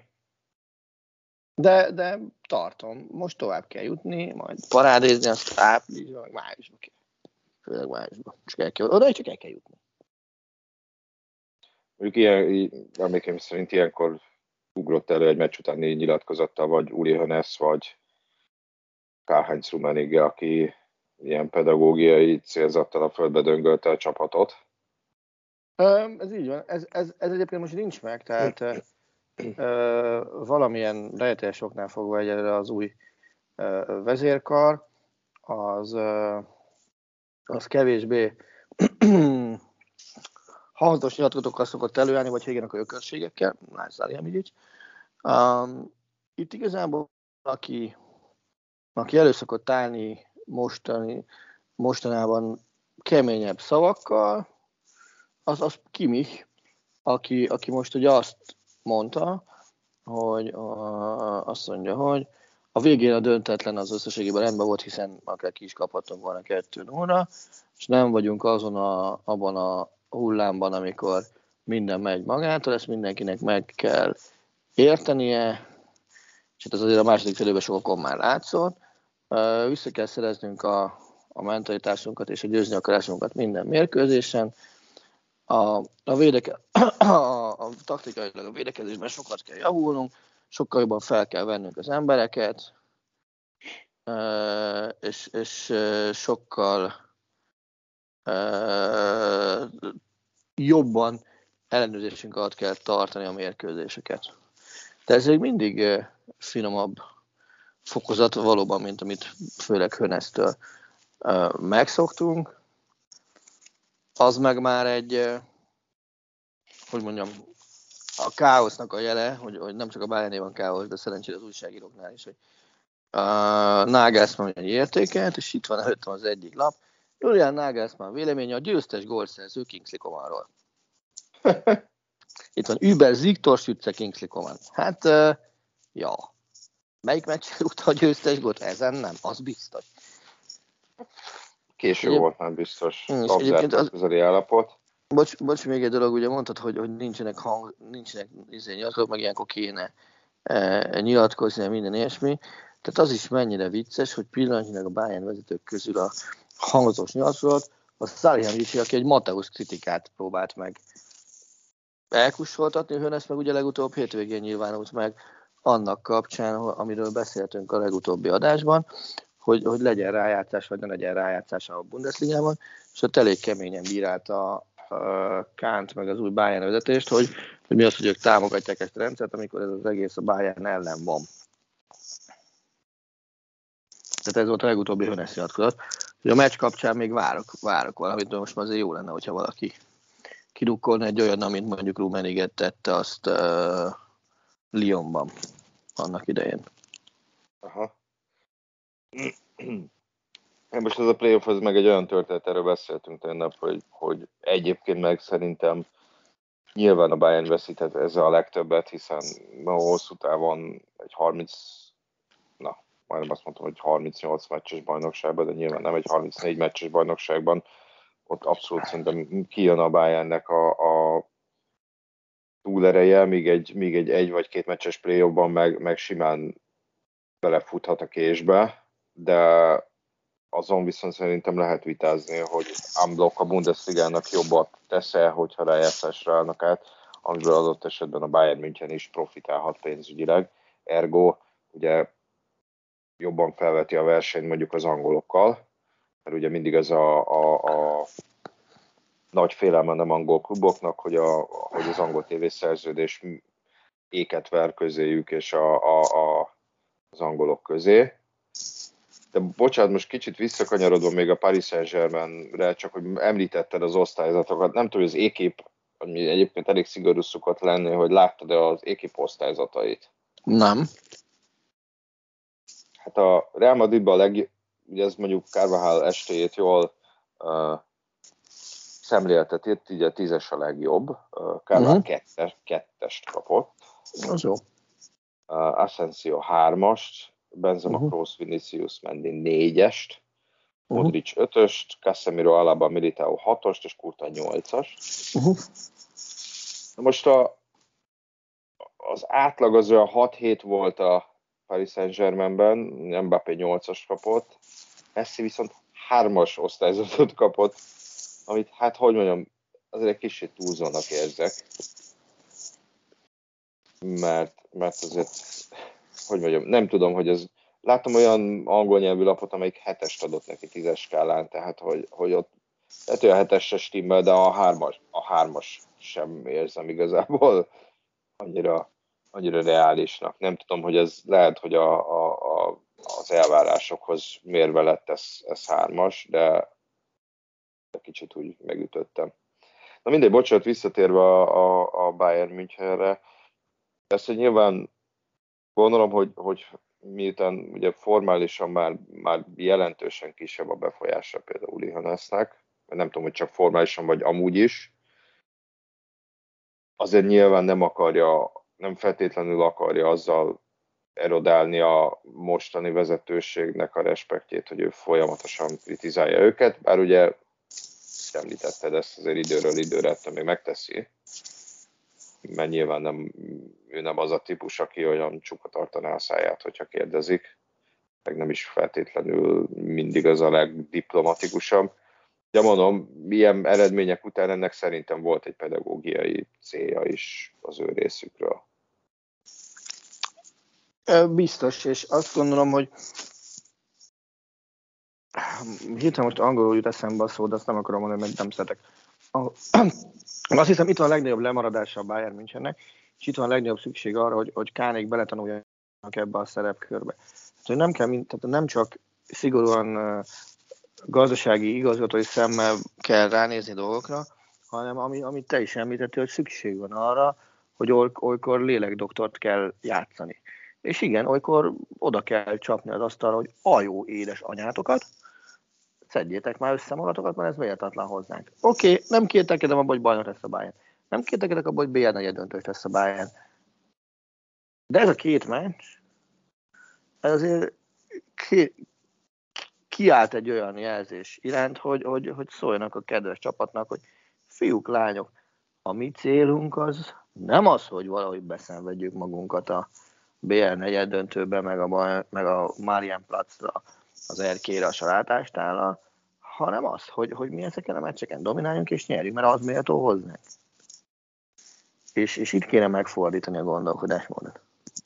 De tartom, most tovább kell jutni, majd parádézni, azt áprilisban, meg májusban kell. Főleg májusban. Oda csak el kell jutni. Mondjuk emlékeim szerint ilyenkor ugrott elő egy meccs után 4 nyilatkozattal, vagy Uli Hoeneß, vagy Karl-Heinz Rummenigge, aki ilyen pedagógiai célzattal a földbe döngölte a csapatot. Ez így van. Ez egyébként most nincs meg, tehát valamilyen rejtélyes oknál fogva egyelőre az új vezérkar, az kevésbé hangzatos nyilatkozatokkal szokott előállni, vagy igen, akkor ökörségekkel, Salihamidzic. Itt igazából aki elő szokott állni mostanában keményebb szavakkal, az Kimmich, aki most ugye azt mondta, hogy azt mondja, hogy a végén a döntetlen az összességében rendben volt, hiszen akár ki is kaphattunk volna 2-0-ra, és nem vagyunk abban a hullámban, amikor minden megy magától, ezt mindenkinek meg kell értenie, és ez azért a második félőben sokakon már látszott. Vissza kell szereznünk a mentalitásunkat és a győzni akarásunkat minden mérkőzésen. A taktikailag a védekezésben sokat kell javulnunk, sokkal jobban fel kell vennünk az embereket, és sokkal jobban ellenőrzésünk alatt kell tartani a mérkőzéseket. De ez még mindig finomabb fokozat valóban, mint amit főleg Hoeneßtől megszoktunk. Az meg már egy, hogy mondjam, a káosznak a jele, hogy nem csak a Bayernél van káosz, de szerencsére az újságíróknál is, hogy Nagelsmann egy értékelt, és itt van előttem az egyik lap. Julian Nagelsmann véleménye a győztes gólszerző Kingsley Comanról. Itt van Über Siegtorschütze Kingsley Coman. Hát, ja. Melyik meccs rúgta a győztes gólt? Ezen nem, az biztos. Késő volt már biztos. Abzárt közeli állapot. Bocs, még egy dolog, ugye mondtad, hogy nincsenek nyilatkozatok, meg ilyenkor kéne nyilatkozni, minden ilyesmi. Tehát az is mennyire vicces, hogy pillanatnyilag a Bayern vezetők közül a hangzatos nyilatkozat, a Salihamidzic, aki egy Mateusz kritikát próbált meg elkussoltatni, Hoeneß meg ugye legutóbb hétvégén nyilvánult meg annak kapcsán, amiről beszéltünk a legutóbbi adásban, hogy legyen rájátszás, vagy ne legyen rájátszás a Bundesligában, és ott elég keményen bírálta Kahnt meg az új Bayern vezetést, hogy mi az, hogy ők támogatják ezt a rendszert, amikor ez az egész a Bayern ellen van. Tehát ez volt a legutóbbi Hoeneß nyilatkozat. A meccs kapcsán még várok valamit, de most már azért jó lenne, hogyha valaki kirukkolna egy olyan, amit mondjuk Rummenigge tette azt Lyonban annak idején. Aha. Most ez a playoff, ez meg egy olyan történet, erről beszéltünk tegnap, hogy egyébként meg szerintem nyilván a Bayern veszített ezzel a legtöbbet, hiszen a hosszú távon egy majdnem azt mondtam, hogy 38 meccses bajnokságban, de nyilván nem egy 34 meccses bajnokságban, ott abszolút szerintem kijön a Bayernnek a túlereje, míg egy vagy két meccses play-offban meg simán belefuthat a késbe, de azon viszont szerintem lehet vitázni, hogy unblock a Bundesligának jobbat tesz-e, hogyha rájátszásra állnak át, amiből adott esetben a Bayern München is profitálhat pénzügyileg. Ergo, ugye jobban felveti a versenyt mondjuk az angolokkal, mert ugye mindig ez a nagy félelme nem angol kluboknak, hogy az angol tévészerződés éket ver közéjük és az angolok közé. De bocsánat, most kicsit visszakanyarodva még a Paris Saint-Germainre, csak hogy említetted az osztályzatokat. Nem tudom, hogy az ékép, ami egyébként elég szigorú szokott lenni, hogy láttad-e az ékép osztályzatait? Nem. Hát a Real Madridban ugye ez mondjuk Carvajal estéjét jól szemléltetett, így a 10-es a legjobb. Carvajal 2-est kapott. Az jó. Asensio 3-ast, Benzema, Kroos, Vinicius, Mendy 4-est, Modric 5-öst, Casemiro, Alaba, Militao 6-ost, és Courtois 8-ast. Most az átlag az olyan 6-7 volt a Paris Saint-Germainben, Mbappé 8-as kapott, Messi viszont 3-as osztályzatot kapott, amit hát hogy mondjam, azért egy kicsit túlzónak érzek, mert azért, hogy mondjam, nem tudom, hogy ez, láttam olyan angol nyelvű lapot, amelyik 7-est adott neki 10-es skálán, tehát hogy ott lehet, hogy a 7-es se stimmel, de a 3-as sem érzem igazából annyira reálisnak. Nem tudom, hogy ez lehet, hogy az elvárásokhoz mérve lett ez 3-as, de kicsit úgy megütöttem. Na mindegy, bocsánat, visszatérve a Bayern Münchenre, ezt, hogy nyilván gondolom, hogy miután ugye formálisan már jelentősen kisebb a befolyása például Uli Hoeneßnek, nem tudom, hogy csak formálisan vagy amúgy is, azért nyilván nem feltétlenül akarja azzal erodálni a mostani vezetőségnek a respektjét, hogy ő folyamatosan kritizálja őket, bár ugye említetted ezt azért időről időre ettől még megteszi, mert nyilván ő nem az a típus, aki olyan csukva tartaná a száját, hogyha kérdezik, meg nem is feltétlenül mindig az a legdiplomatikusabb. De mondom, milyen eredmények után ennek szerintem volt egy pedagógiai célja is az ő részükről. Biztos, és azt gondolom, hogy hirtelen most angolul jut eszembe a szó, de azt nem akarom mondani, mert nem szeretek. Azt hiszem, itt van a legnagyobb lemaradása a Bayern Münchennek, és itt van a legnagyobb szükség arra, hogy Kánék beletanuljanak ebbe a szerepkörbe. Tehát, nem kell, tehát nem csak szigorúan gazdasági igazgatói szemmel kell ránézni dolgokra, hanem amit te is említettél, hogy szükség van arra, hogy olykor lélekdoktort kell játszani. És igen, olykor oda kell csapni az asztalra, hogy ajó édes anyátokat, szedjétek már össze magatokat, mert ez méltatlan hozzánk. Oké, nem kételkedem abban, hogy bajnok lesz a Bayern. Nem kételkedek abban, hogy BL negyeddöntős lesz a Bayern. De ez a két meccs, ez azért kiállt egy olyan jelzés iránt, hogy szóljanak a kedves csapatnak, hogy fiúk, lányok, a mi célunk az nem az, hogy valahogy beszenvedjük magunkat a BL negyeddöntőbe, meg a Marienplatzra, az erkére, a Salátástállal, hanem az, hogy mi ezeken a meccseken domináljunk és nyerjünk, mert az méltó hozzánk. És itt kéne megfordítani a gondolkodásmódot.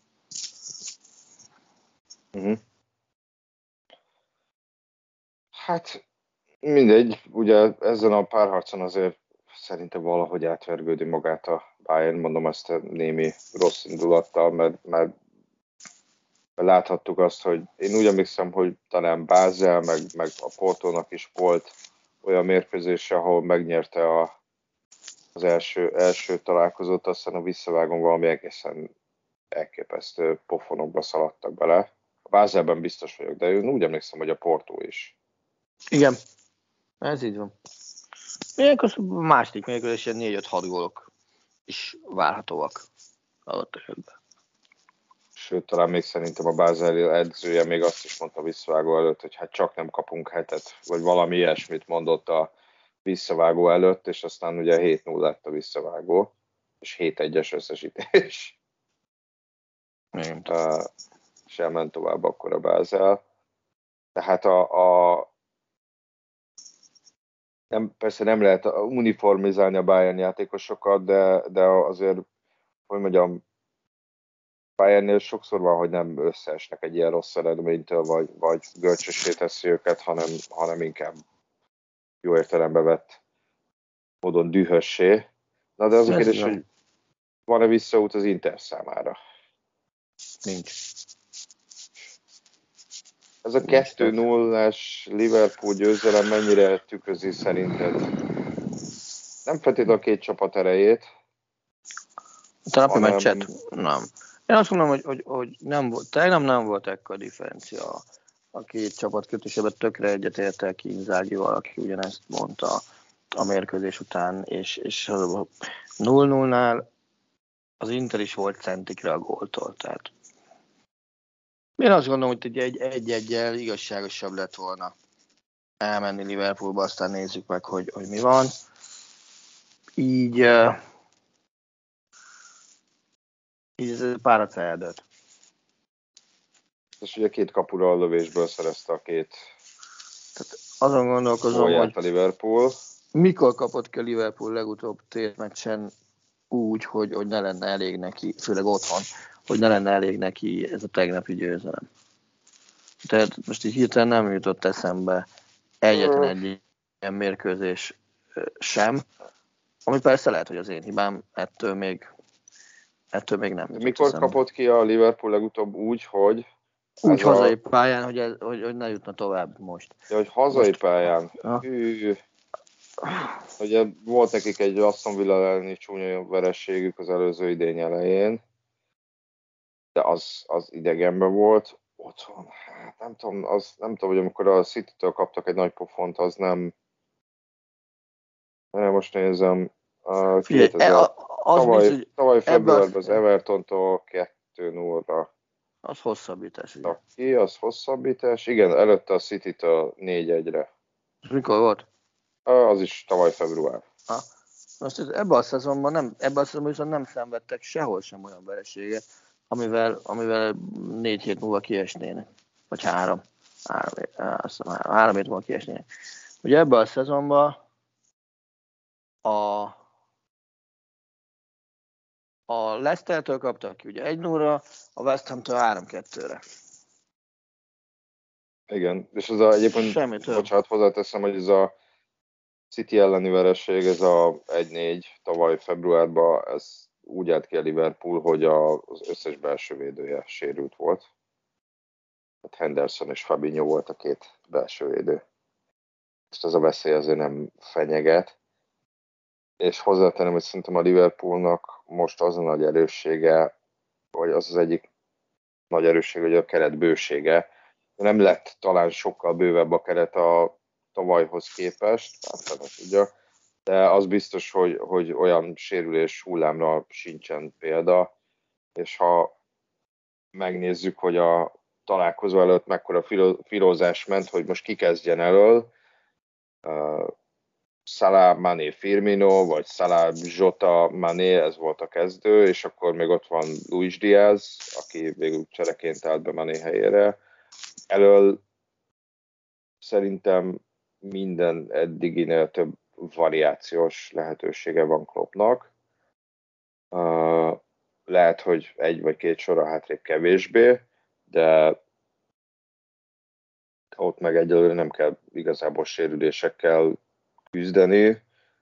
Hát mindegy, ugye ezen a párharcon azért szerintem valahogy átvergődi magát a Bayern, mondom ezt a némi rossz indulattal, mert láthattuk azt, hogy én úgy emlékszem, hogy talán Basel, meg a Portónak is volt olyan mérkőzése, ahol megnyerte az első találkozót, aztán a visszavágon valami egészen elképesztő pofonokba szaladtak bele. A Baselben biztos vagyok, de én úgy emlékszem, hogy a Portó is. Igen, ez így van. Ilyenkor második mérkőzés ilyen 4-5-6 gólok is várhatóak adott esetben. Sőt, talán még szerintem a Basel edzője még azt is mondta a visszavágó előtt, hogy hát csak nem kapunk hetet, vagy valami ilyesmit mondott a visszavágó előtt, és aztán ugye 7-0 lett a visszavágó, és 7-1-es összesítés. És elment tovább akkor a Basel. Tehát persze nem lehet uniformizálni a Bayern játékosokat, de azért, hogy mondjam, Bayernnél sokszor van, hogy nem összeesnek egy ilyen rossz eredménytől, vagy görcsössé teszi őket, hanem inkább jó értelembe vett módon dühössé. Na de az a kérdés, hogy van-e visszaút az Inter számára? Nincs. Ez a 2-0-as Liverpool győzelem mennyire tükrözi szerinted? Nem feltétlenül a két csapat erejét. A terapi meccset? Nem. Én azt mondom, hogy nem volt, tegnap nem volt ekkora differencia a két csapat kötésében. Tökre egyetértek Inzaghival, aki ugyanezt mondta a mérkőzés után, és 0-0-nál az Inter is volt centikre a góltól, tehát én azt gondolom, hogy egy-egyel igazságosabb lett volna elmenni Liverpoolba, aztán nézzük meg, hogy mi van. Így ez párat eldőlt. És ugye két kapura a lövésből szerezte a két Tehát azon gondolkozom, hogy a Liverpool. Mikor kapott ki a Liverpool legutóbb tétmeccsen úgy, hogy ne lenne elég neki, főleg otthon, hogy ne lenne elég neki ez a tegnapi győzelem. Tehát most így hirtelen nem jutott eszembe egyetlen egy ilyen mérkőzés sem, ami persze lehet, hogy az én hibám, ettől még nem. Mikor kapott ki a Liverpool legutóbb úgy, hogy... Úgy hazai pályán, hogy ne jutna tovább most. Ja, hogy hazai pályán. Ugye volt nekik egy Aston Villa elleni csúnya vereségük az előző idény elején, de az idegenben volt. Otthon, hát nem tudom, hogy amikor a City-től kaptak egy nagy pofont, az nem... Most nézem, tavaly februárban az Evertontól 2-0-ra. Az hosszabbítás, ugye? Az hosszabbítás, igen, előtte a City-től 4-1-re. És mikor volt? Az is tavaly február. Most ebben a szezonban viszont nem szenvedtek sehol sem olyan vereséget, amivel 4 hét múlva kiesnének. Vagy 3 hét múlva kiesnének. Ugye ebben a szezonban a Leicester-től kaptak ki, ugye 1-0-ra, a West Ham-től 3-2-re. Igen, és ez egyébként, bocsánat, hozzáteszem, hogy ez a City elleni vereség, ez a 1-4 tavaly februárban, ez úgy állt ki a Liverpool, hogy az összes belső védője sérült volt. Hát Henderson és Fabinho volt a két belső védő. Most ez a veszély azért nem fenyeget. És hozzátenem, hogy szerintem a Liverpoolnak most az a nagy erőssége, vagy az egyik nagy erősség, hogy a keret bősége. Nem lett talán sokkal bővebb a keret a tavalyhoz képest, tudja, de az biztos, hogy olyan sérülés hullámra sincsen példa, és ha megnézzük, hogy a találkozó előtt mekkora filózás ment, hogy most ki kezdjen elől, Salah, Mané, Firmino, vagy Salah, Jota, Mané, ez volt a kezdő, és akkor még ott van Luis Diaz, aki végül csereként állt be Mané helyére. Elől szerintem minden eddiginél több variációs lehetősége van Kloppnak. Lehet, hogy egy vagy két sorra hátrébb kevésbé, de ott meg egyelőre nem kell igazából sérülésekkel küzdeni,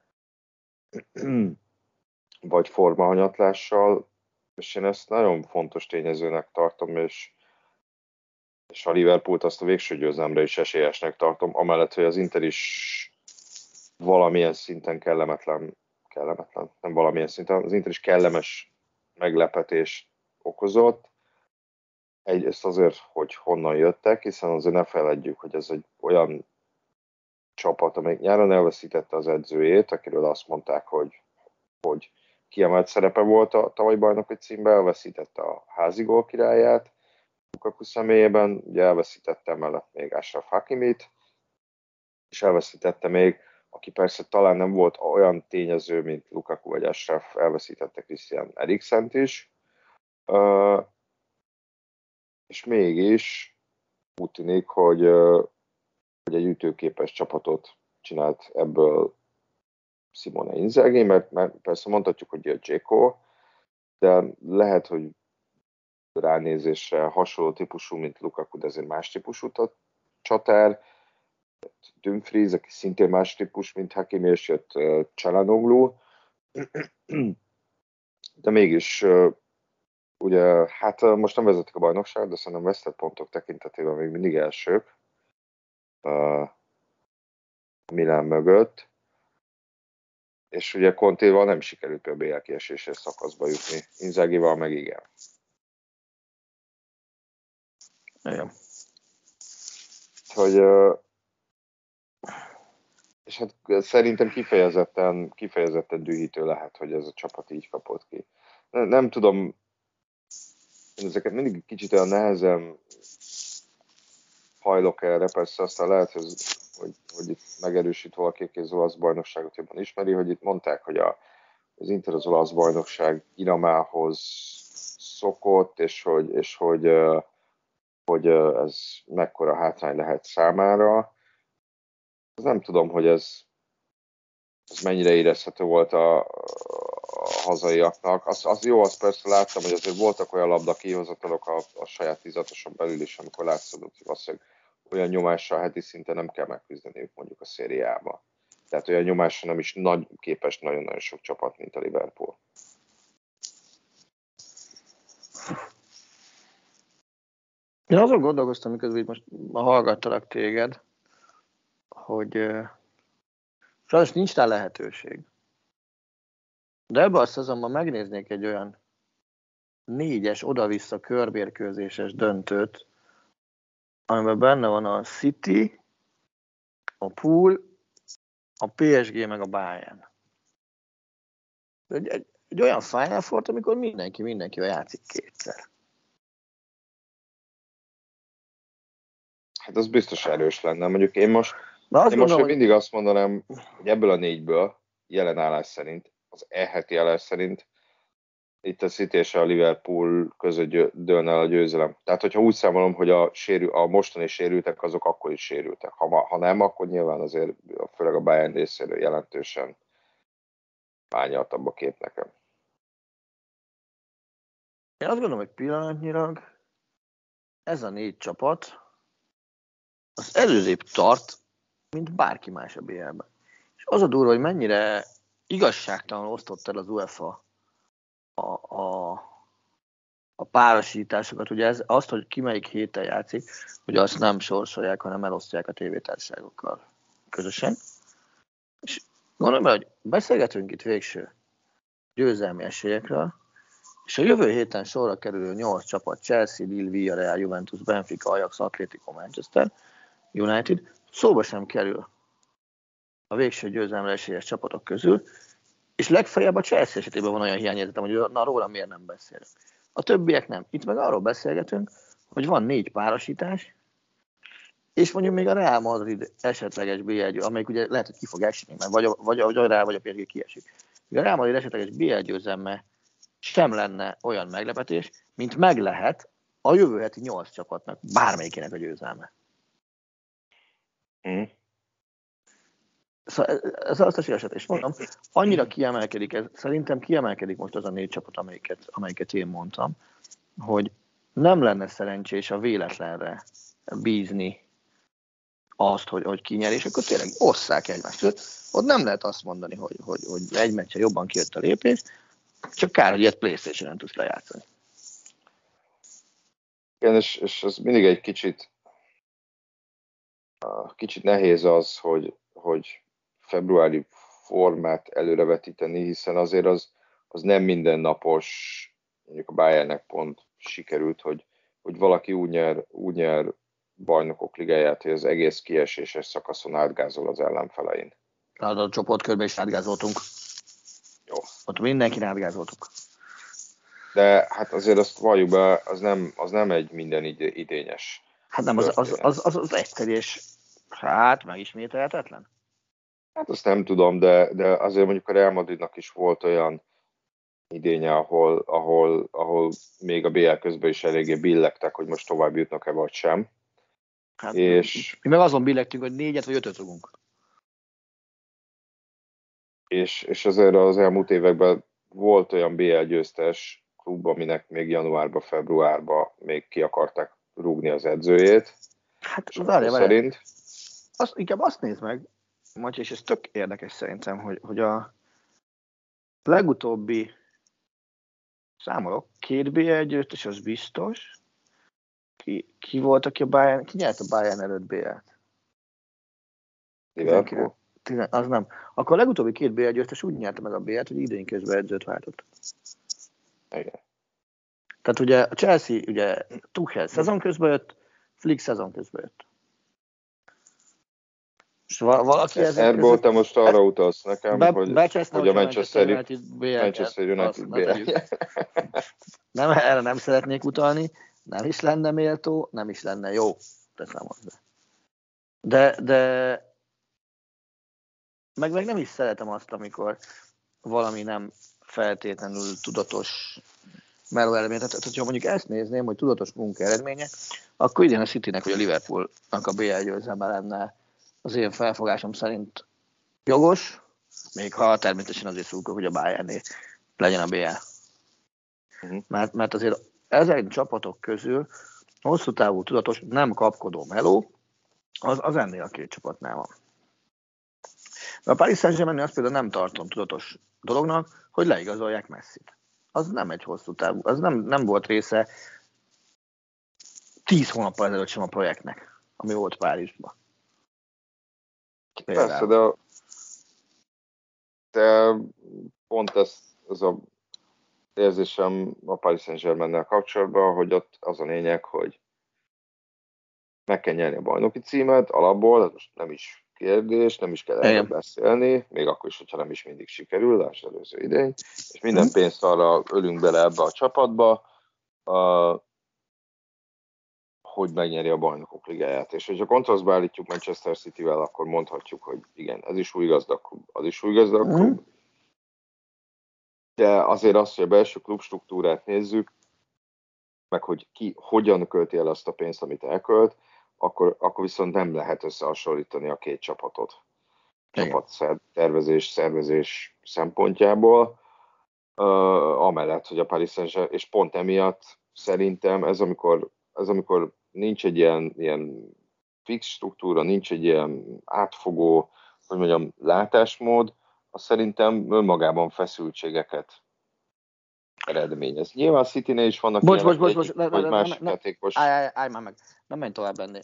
vagy formahanyatlással, és én ezt nagyon fontos tényezőnek tartom, és a Liverpoolt azt a végső győzelemre is esélyesnek tartom, amellett, hogy az Inter is valamilyen szinten kellemetlen, nem valamilyen szinten, az Inter is kellemes meglepetést okozott. Egyrészt azért, hogy honnan jöttek, hiszen azért ne feledjük, hogy ez egy olyan csapat, amelyik nyáron elveszítette az edzőjét, akiről azt mondták, hogy kiemelt szerepe volt a tavalyi bajnoki címben, elveszítette a házigól királyát, Lukaku személyében, ugye elveszítette mellett még Achraf Hakimit, és elveszítette még, aki persze talán nem volt olyan tényező, mint Lukaku vagy Achraf, elveszítette Christian Eriksent is, és mégis úgy tűnik, hogy egy ütőképes csapatot csinált ebből Simone Inzaghi, mert persze mondhatjuk, hogy a Dzeko, de lehet, hogy ránézésre hasonló típusú, mint Lukaku, de ezért más típusú csatár. Dumfries, aki szintén más típus, mint Hakimi, és jött Çalhanoğlu. De mégis, ugye, hát most nem vezetik a bajnokságot, de szerintem vesztett pontok tekintetében még mindig elsők Milán mögött. És ugye Contéval nem sikerült például BL kieséses szakaszba jutni. Inzaghival meg igen. Igen. Hogy, és hát szerintem kifejezetten dühítő lehet, hogy ez a csapat így kapott ki. Nem tudom, én ezeket mindig kicsit olyan nehezen hajlok erre, persze aztán lehet, hogy itt megerősít valaki, aki az olasz bajnokságot jobban ismeri, hogy itt mondták, hogy az Inter az olasz bajnokság iramához szokott, és hogy ez mekkora hátrány lehet számára. Nem tudom, hogy ez mennyire érezhető volt a hazaiaknak. Az jó, azt persze láttam, hogy azért voltak olyan labdakihozatalok a saját tízatoson belül is, amikor látszódott, hogy valószínűleg olyan nyomással heti szinten nem kell megküzdeniük mondjuk a szériába. Tehát olyan nyomásra nem is képes nagyon-nagyon sok csapat, mint a Liverpool. Én azon gondolkoztam, miközben most hallgattalak téged, hogy sajnos nincs rá lehetőség. De ebben a szezonban megnéznék egy olyan 4-es oda-vissza körbérkőzéses döntőt, amiben benne van a City, a Pool, a PSG meg a Bayern. Egy olyan Final Four-t, amikor mindenkivel játszik kétszer. Hát az biztos erős lenne. Mondjuk én most Gondolom, mindig azt mondanám, hogy ebből a 4-ből jelen állás szerint, az heti állás szerint itt a City és a Liverpool között dőlne el a győzelem. Tehát, hogyha úgy számolom, hogy a mostani sérültek, azok akkor is sérültek. Ha nem, akkor nyilván azért főleg a Bayern részéről jelentősen ányaltabb a kép nekem. Én azt gondolom, hogy pillanatnyilag ez a 4 csapat az előrébb tart, mint bárki más a BL-ben. És az a durva, hogy mennyire igazságtalanul osztott el az UEFA a párosításokat. Ugye azt, hogy ki melyik héten játszik, hogy azt nem sorsolják, hanem elosztják a tévétársaságokkal közösen. És gondolom, hogy beszélgetünk itt végső győzelmi esélyekről, és a jövő héten sorra kerülő 8 csapat, Chelsea, Lille, Villarreal, Juventus, Benfica, Ajax, Atletico, Manchester United, szóba sem kerül a végső győzelemre esélyes csapatok közül, és legfeljebb a Chelsea esetében van olyan hiányérzetem, hogy na, róla miért nem beszélünk. A többiek nem. Itt meg arról beszélgetünk, hogy van 4 párosítás, és mondjuk még a Real Madrid esetleges BL, amelyik ugye lehet, hogy ki fog esni, mert vagy a Real, vagy a PSG kiesik. A Real Madrid esetleges BL győzelme sem lenne olyan meglepetés, mint meg lehet a jövő heti 8 csapatnak, bármelyikének a győzelme. Szóval ez azt a sikereset, és mondom, annyira kiemelkedik, szerintem kiemelkedik most az a 4 csapat, amelyiket én mondtam, hogy nem lenne szerencsés a véletlenre bízni azt, hogy kinyer, és akkor tényleg osszák egymást. Ott nem lehet azt mondani, hogy egy meccsen jobban kijött a lépés, csak kár, hogy ilyet PlayStation-en tudsz lejátszani. Igen, és ez mindig egy kicsit nehéz az, hogy februári formát előrevetíteni, hiszen azért az nem mindennapos, mondjuk a Bayernnek pont sikerült, hogy valaki úgy nyer bajnokok ligáját, hogy az egész kieséses szakaszon átgázol az ellenfelein. Tehát a csoportkörben is átgázoltunk. Jó. Ott mindenki átgázoltuk. De hát azért azt valljuk be, az nem egy minden idényes. Hát nem, az egyszerű, és hát megismételhetetlen. Hát azt nem tudom, de azért mondjuk a Real Madridnak is volt olyan idénye, ahol még a BL közben is eléggé billegtek, hogy most tovább jutnak-e vagy sem. Hát, és mi meg azon billegtünk, hogy 4-et vagy 5-öt rugunk. és azért az elmúlt években volt olyan BL győztes klub, aminek még januárban, februárban még ki akarták rúgni az edzőjét. Hát Sajtó várjál. szerint. Inkább azt nézd meg, Matyi, és ez tök érdekes szerintem, hogy a legutóbbi számolok, 2 BL győztes, az biztos. Ki volt, aki ki nyert a Bayern előtt BL-t? Liverpool. Az nem. Akkor a legutóbbi 2 BL győztes úgy nyerte meg a BL-t, hogy idén közben edzőt váltott. Igen. Tehát ugye a Chelsea, ugye Tuchel szezon közben jött, Flick szezon közben jött. És valaki ezek Ebből te most arra utalsz nekem, hogy a Manchester United BL. Nem, erre nem szeretnék utalni, nem is lenne méltó, nem is lenne jó. Teszem hozzá. De meg nem is szeretem azt, amikor valami nem feltétlenül tudatos meló eredmény. Tehát, hogyha mondjuk ezt nézném, hogy tudatos munka eredménye, akkor idén a Citynek vagy a Liverpoolnak a BL győzelme lenne az én felfogásom szerint jogos, még ha természetesen azért szurkolok, hogy a Bayernnél legyen a BL. Mert azért ezen csapatok közül hosszú távú tudatos, nem kapkodó meló, az ennél a 2 csapatnál van. De a Paris Saint-Germain azt például nem tartom tudatos dolognak, hogy leigazolják Messit. Az nem egy hosszú távú, az nem volt része 10 hónappal ezelőtt sem a projektnek, ami volt Párizsban. Persze, de pont ez a érzésem a Paris Saint-Germain-nel kapcsolatban, hogy ott az a lényeg, hogy meg kell nyerni a bajnoki címet alapból, ez most nem is kérdés, nem is kell erről beszélni, még akkor is, hogyha nem is mindig sikerül, az előző idény, és minden pénzt arra ölünk bele ebbe a csapatba, hogy megnyeri a Bajnokok Ligáját. És hogyha kontrasztba állítjuk Manchester City-vel, akkor mondhatjuk, hogy igen, ez is új gazdag klub, az is új gazdag klub, de azért azt, hogy a belső klubstruktúrát nézzük, meg hogy ki hogyan költi el azt a pénzt, amit elkölt, akkor viszont nem lehet összehasonlítani a 2 csapatot. Szervezés szempontjából, amellett, hogy a Paris Saint-Germain, és pont emiatt szerintem ez amikor nincs egy ilyen fix struktúra, nincs egy ilyen átfogó, hogy mondjam, látásmód, az szerintem önmagában feszültségeket eredményez. Nyilván a Citynél is vannak hogy más játékos... Állj már meg, nem menj tovább ennél.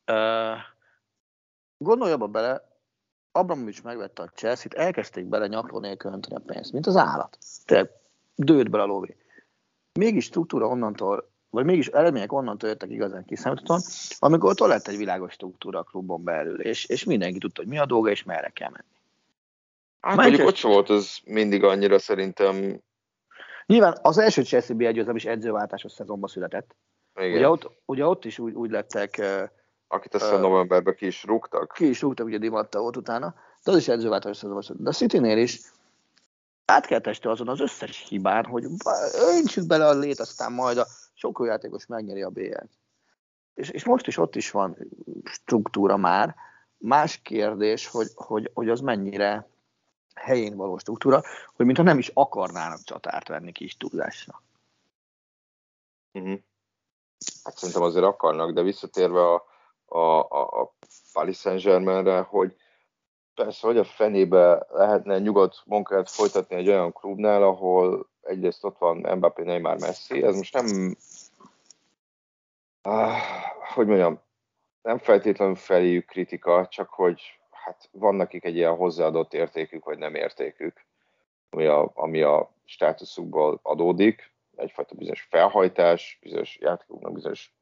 Gondolj abba bele, Abramovich megvette a Chelsea-t, elkezdték bele nyakló nélkül önteni a pénzt, mint az állat. Tehát dőlt bele a lóvé. Mégis struktúra onnantól, vagy mégis eredmények onnantól jöttek igazán kiszámíthatóan, amikor ott lett egy világos struktúra a klubon belül, és mindenki tudta, hogy mi a dolga, és merre kell menni. Hát mondjuk ott sem volt ez mindig annyira szerintem... Nyilván az első Chelsea BL győzelem is edzőváltásos szezonban született. Ugye ott is úgy lettek... Akit aztán novemberben ki is rúgtak. Ugye Di Matteo volt utána, de az is edzőváltásos szezonban született. De a Citynél is át kell teste azon az összes hibán, hogy öntsük bele a lét, aztán majd a sok jó játékos megnyeri a BL-t. És most is ott is van struktúra már. Más kérdés, hogy az mennyire helyén való struktúra, hogy mintha nem is akarnának csatárt venni kis túlzásra. Hát szerintem azért akarnak, de visszatérve a Paris Saint-Germainre, hogy persze, hogy a fenébe lehetne nyugodt munkát folytatni egy olyan klubnál, ahol egyrészt ott van Mbappé, Neymar, Messi, ez most nem, hogy mondjam, nem feltétlenül feléjük kritika, csak hogy hát van nekik egy ilyen hozzáadott értékük, vagy nem értékük, ami a státuszukból adódik, egyfajta bizonyos felhajtás, bizonyos játékoknak bizonyos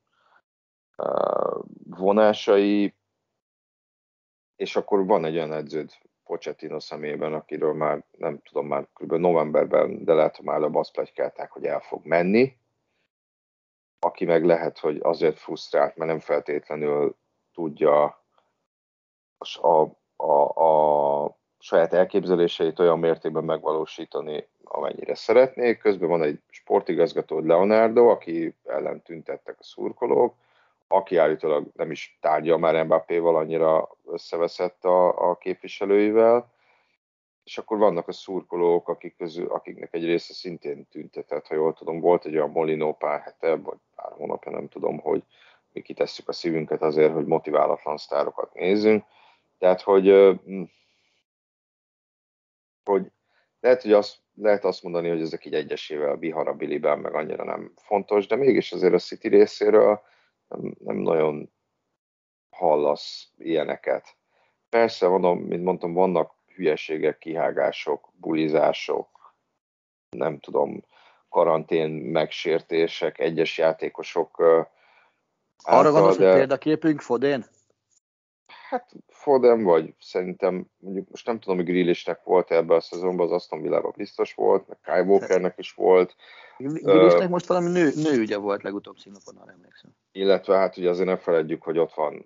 vonásai, és akkor van egy olyan edződ Pochettino személyében, akiről már nem tudom, már kb. Novemberben, de lehet, hogy már azt pletykálták, hogy el fog menni, aki meg lehet, hogy azért frusztrált, mert nem feltétlenül tudja a saját elképzeléseit olyan mértékben megvalósítani, amennyire szeretnék. Közben van egy sportigazgató, Leonardo, aki ellen tüntettek a szurkolók, aki állítólag nem is tárgyal már Mbappéval, annyira összeveszett a képviselőivel, és akkor vannak a szurkolók, akiknek egy része szintén tüntetett, ha jól tudom, volt egy olyan Molinó pár hete, vagy pár hónapja, nem tudom, hogy mi kitesszük a szívünket azért, hogy motiválatlan sztárokat nézzünk. Tehát, hogy lehet azt mondani, hogy ezek így egyesével viharabiliben, meg annyira nem fontos, de mégis azért a City részéről nem nagyon hallasz ilyeneket. Persze, mint mondtam, vannak hülyeségek, kihágások, bulizások, nem tudom, karantén megsértések, egyes játékosok arra gondolsz, hogy példaképünk Foden? Hát Foden, vagy szerintem, mondjuk most nem tudom, hogy Grealishnek volt ebben a szezonban, az Aston Villában biztos volt, meg Kyle Walkernek is volt. Grealishnek most valami nőügye volt legutóbb színapon, arra emlékszem. Illetve hát ugye azért ne feledjük, hogy ott van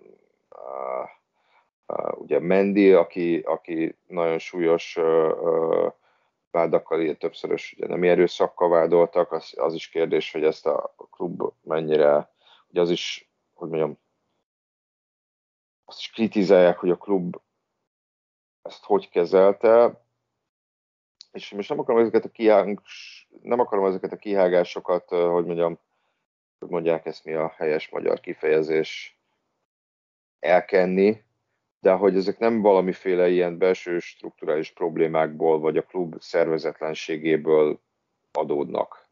ugye Mendy, aki nagyon súlyos vádakkal, többszörös ugye nem erőszakkal vádoltak, az is kérdés, hogy ezt a klub mennyire, ugye az is, hogy mondjam, azt is kritizálják, hogy a klub ezt hogy kezelte, és most nem akarom ezeket a kihágásokat, hogy mondják ezt, mi a helyes magyar kifejezés, elkenni, de hogy ezek nem valamiféle ilyen belső strukturális problémákból, vagy a klub szervezetlenségéből adódnak.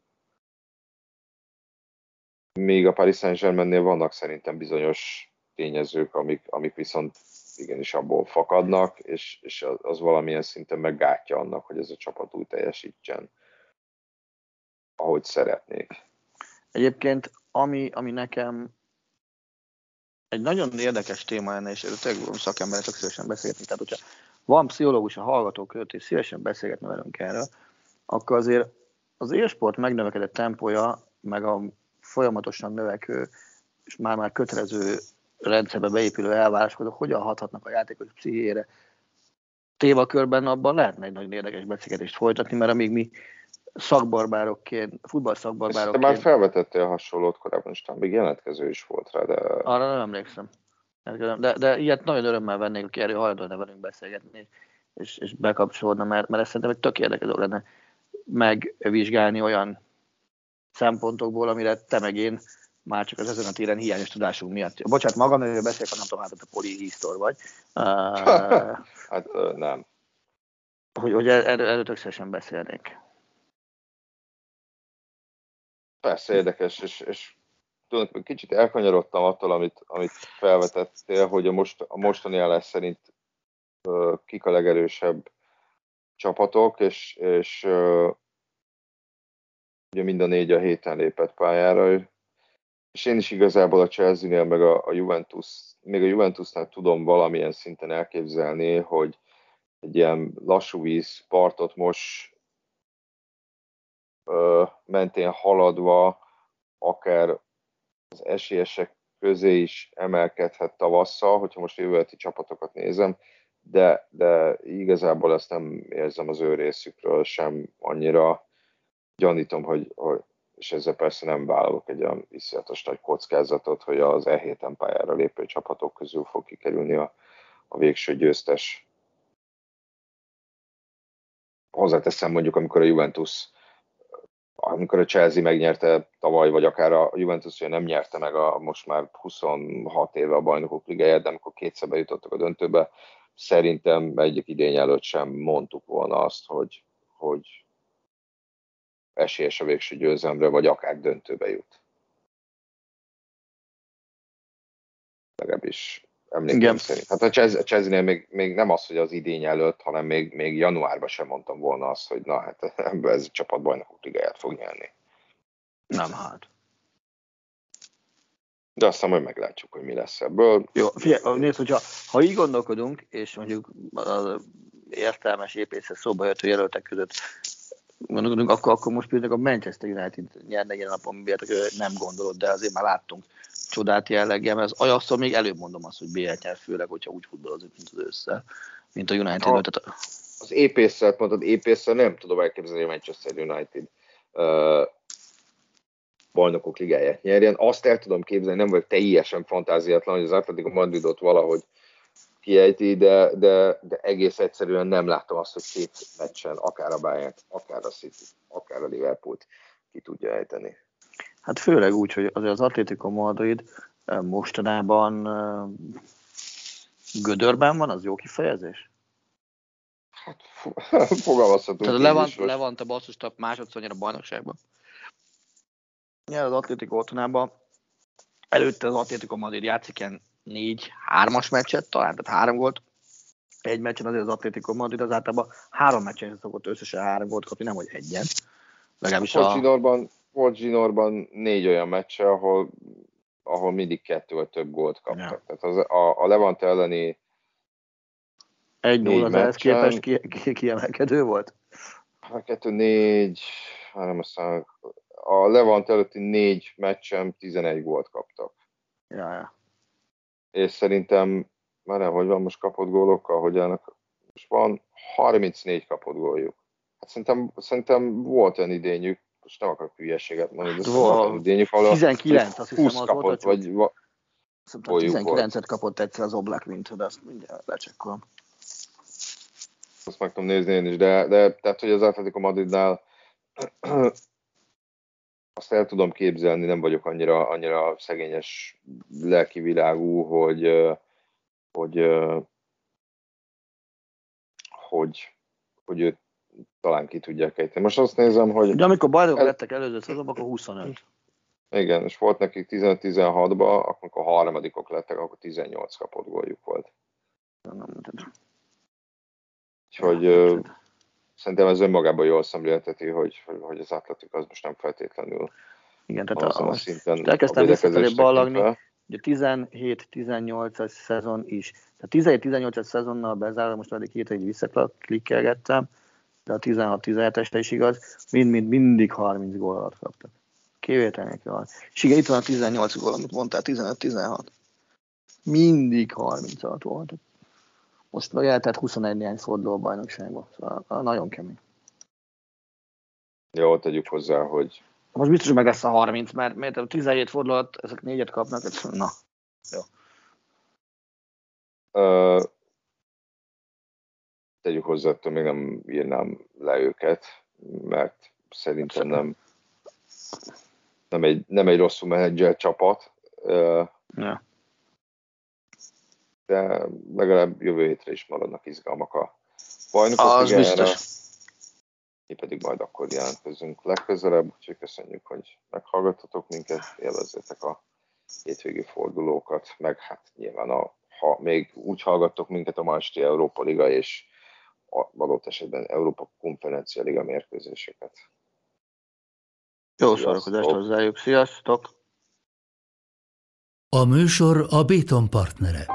Még a Paris Saint-Germainnél vannak szerintem bizonyos tényezők, amik viszont igenis abból fakadnak, és az valamilyen szinten meggátja annak, hogy ez a csapat úgy teljesítsen, ahogy szeretnék. Egyébként, ami nekem egy nagyon érdekes téma lenne, és tényleg szakemberek csak szívesen beszélgetni, tehát hogyha van pszichológus a hallgatók között, és szívesen beszélgetne velünk erről, akkor azért az élsport megnövekedett tempója, meg a folyamatosan növekvő, és már kötelező rendszerbe beépülő elváráskodók hogyan hathatnak a játékos pszichéjére. Témakörben abban lehetne egy nagyon érdekes beszélgetést folytatni, mert amíg mi futballszakbarbárokként... Már felvetettél hasonlót korábban, és még jelentkező is volt rá, de... Arra nem emlékszem. De ilyet nagyon örömmel vennék, aki erről hajlandó velünk beszélgetni, és bekapcsolódna, mert ez szerintem egy tök érdekes dolog lenne megvizsgálni olyan szempontokból, amire te meg én már csak az ezen a téren hiányos tudásunk miatt. Bocsánat, magam nevében beszélek, ha nem tudom, hát a polihisztor vagy. Hát nem. Hogy erről tök szívesen beszélnék. Persze érdekes, és tulajdonképpen kicsit elkanyarodtam attól, amit felvetettél, hogy a mostani állás szerint kik a legerősebb csapatok, és ugye mind a 4 a héten lépett pályára, és én is igazából a Chelsea-nél, meg a Juventusnál tudom valamilyen szinten elképzelni, hogy egy ilyen lassú víz partot most mentén haladva akár az esélyesek közé is emelkedhet tavasszal, hogyha most jövőleti csapatokat nézem, de igazából ezt nem érzem az ő részükről sem annyira. Gyanítom, hogy és ezzel persze nem vállalok egy olyan iszonyatos nagy kockázatot, hogy az héten pályára lépő csapatok közül fog kikerülni a végső győztes. Hozzáteszem mondjuk, amikor a Chelsea megnyerte tavaly, vagy akár a Juventus ugye nem nyerte meg most már 26 éve a Bajnokok Ligáját, de amikor kétszer bejutottak a döntőbe, szerintem egyik idény előtt sem mondtuk volna azt, hogy esélyes a végső győzelemre, vagy akár döntőbe jut. Legalábbis emlékeim szerint. Hát a Chelsea-nél még nem az, hogy az idény előtt, hanem még januárban sem mondtam volna azt, hogy na hát ebből ez a csapat Bajnokok Ligáját fog nyerni. Nem hát. De aztán majd meglátjuk, hogy mi lesz ebből. Jó, figyelj, nézd, hogyha így gondolkodunk, és mondjuk az értelmes épészet szóba jöttő jelöltek között gondolkodunk, akkor most például a Manchester United nyerne ilyen napon, miért nem gondolod, de azért már láttunk csodát jelleggel, mert az Ajaxtól még előbb mondom azt, hogy BL-t nyer, főleg, hogyha úgy futballozik, mint az ősszel, mint a United. Az épésszel mondtad, épésszel nem tudom elképzelni, hogy a Manchester United Bajnokok Ligáját nyerjen. Azt el tudom képzelni, nem vagyok teljesen fantáziatlan, hogy az Atletico Madridot valahogy kiejti, de egész egyszerűen nem láttam azt, hogy két meccsen, akár a Bayern, akár a City, akár a Liverpoolt ki tudja ejteni. Hát főleg úgy, hogy azért az Atlético Madrid mostanában gödörben van, az jó kifejezés? Hát fogalmazhatunk. Tehát a Levante basszus tap másodszor a bajnokságban. Ja, az Atlético otthonában. Előtte az Atlético Madrid játszik ilyen 4-3-as meccset, talán, tehát 3 gólt. Egy meccsen azért az Atlético Madrid az általában 3 meccsen szokott összesen 3 gólt kapni, nem hogy egyen. Legalábbis volt Zsinórban 4 olyan meccse, ahol mindig 2 vagy több gólt kaptak. Ja. Tehát a Levante elleni 1-0 az ehhez képest kiemelkedő volt? 2-4, hanem aztán a Levante előtti 4 meccsen 11 gólt kaptak. Ja. És szerintem, már nem, hogy van most kapott gólokkal, hogy állnak, most van 34 kapott góljuk. Hát szerintem volt olyan idényük, most nem akarok hülyeséget mondani, de volt olyan idényük, ahol 19, azt hiszem, az kapott, volt, vagy 19-et kapott egyszer az Oblak, mint de azt mindjárt lecsekkolom. Azt meg tudom nézni én is, de tehát, hogy az Atletico Madridnál azt el tudom képzelni, nem vagyok annyira szegényes lelki világú, hogy őt talán ki tudják ejteni. Most azt nézem, hogy... De amikor bajnok lettek előző szezonban, akkor 25. Igen, és volt nekik 15-16-ban, amikor a harmadikok lettek, akkor 18 kapott góljuk volt. Úgyhogy szerintem ez önmagában jól szemlélteti, hogy az Atletico az most nem feltétlenül. Igen, tehát a szinten elkezdtem visszafelé ballagni, ugye 17-18-as szezon is. Tehát 17-18-as szezonnal bezárva, most addig 2 év visszaklikkelgettem, de a 16-17-esre is igaz, mindig 30 gól alatt kaptak. Kivétel nélkül van. És igen, itt van a 18 gól, amit mondtál, 15-16. Mindig 30 alatt voltak. Most meg eltelt 21 néhány forduló a bajnokságban. Szóval nagyon kemény. Jó, tegyük hozzá, hogy... Most biztos, hogy meg lesz a 30, mert a 17 forduló alatt ezek 4-et kapnak, na. Jó. Tegyük hozzá, attól még nem írnám le őket, mert szerintem nem egy rosszul menedzser csapat. Ja. De legalább jövő hétre is maradnak izgalmak a bajnokok. Az biztos. Mi pedig majd akkor jelentkezünk legközelebb, úgyhogy köszönjük, hogy meghallgattatok minket, élvezzétek a hétvégi fordulókat, meg hát nyilván ha még úgy hallgattok minket, a ma esti Európa Liga és adott esetben Európa Konferencia Liga mérkőzéseket. Jó szórakozást hozzájuk, sziasztok! A műsor a Béton partnere.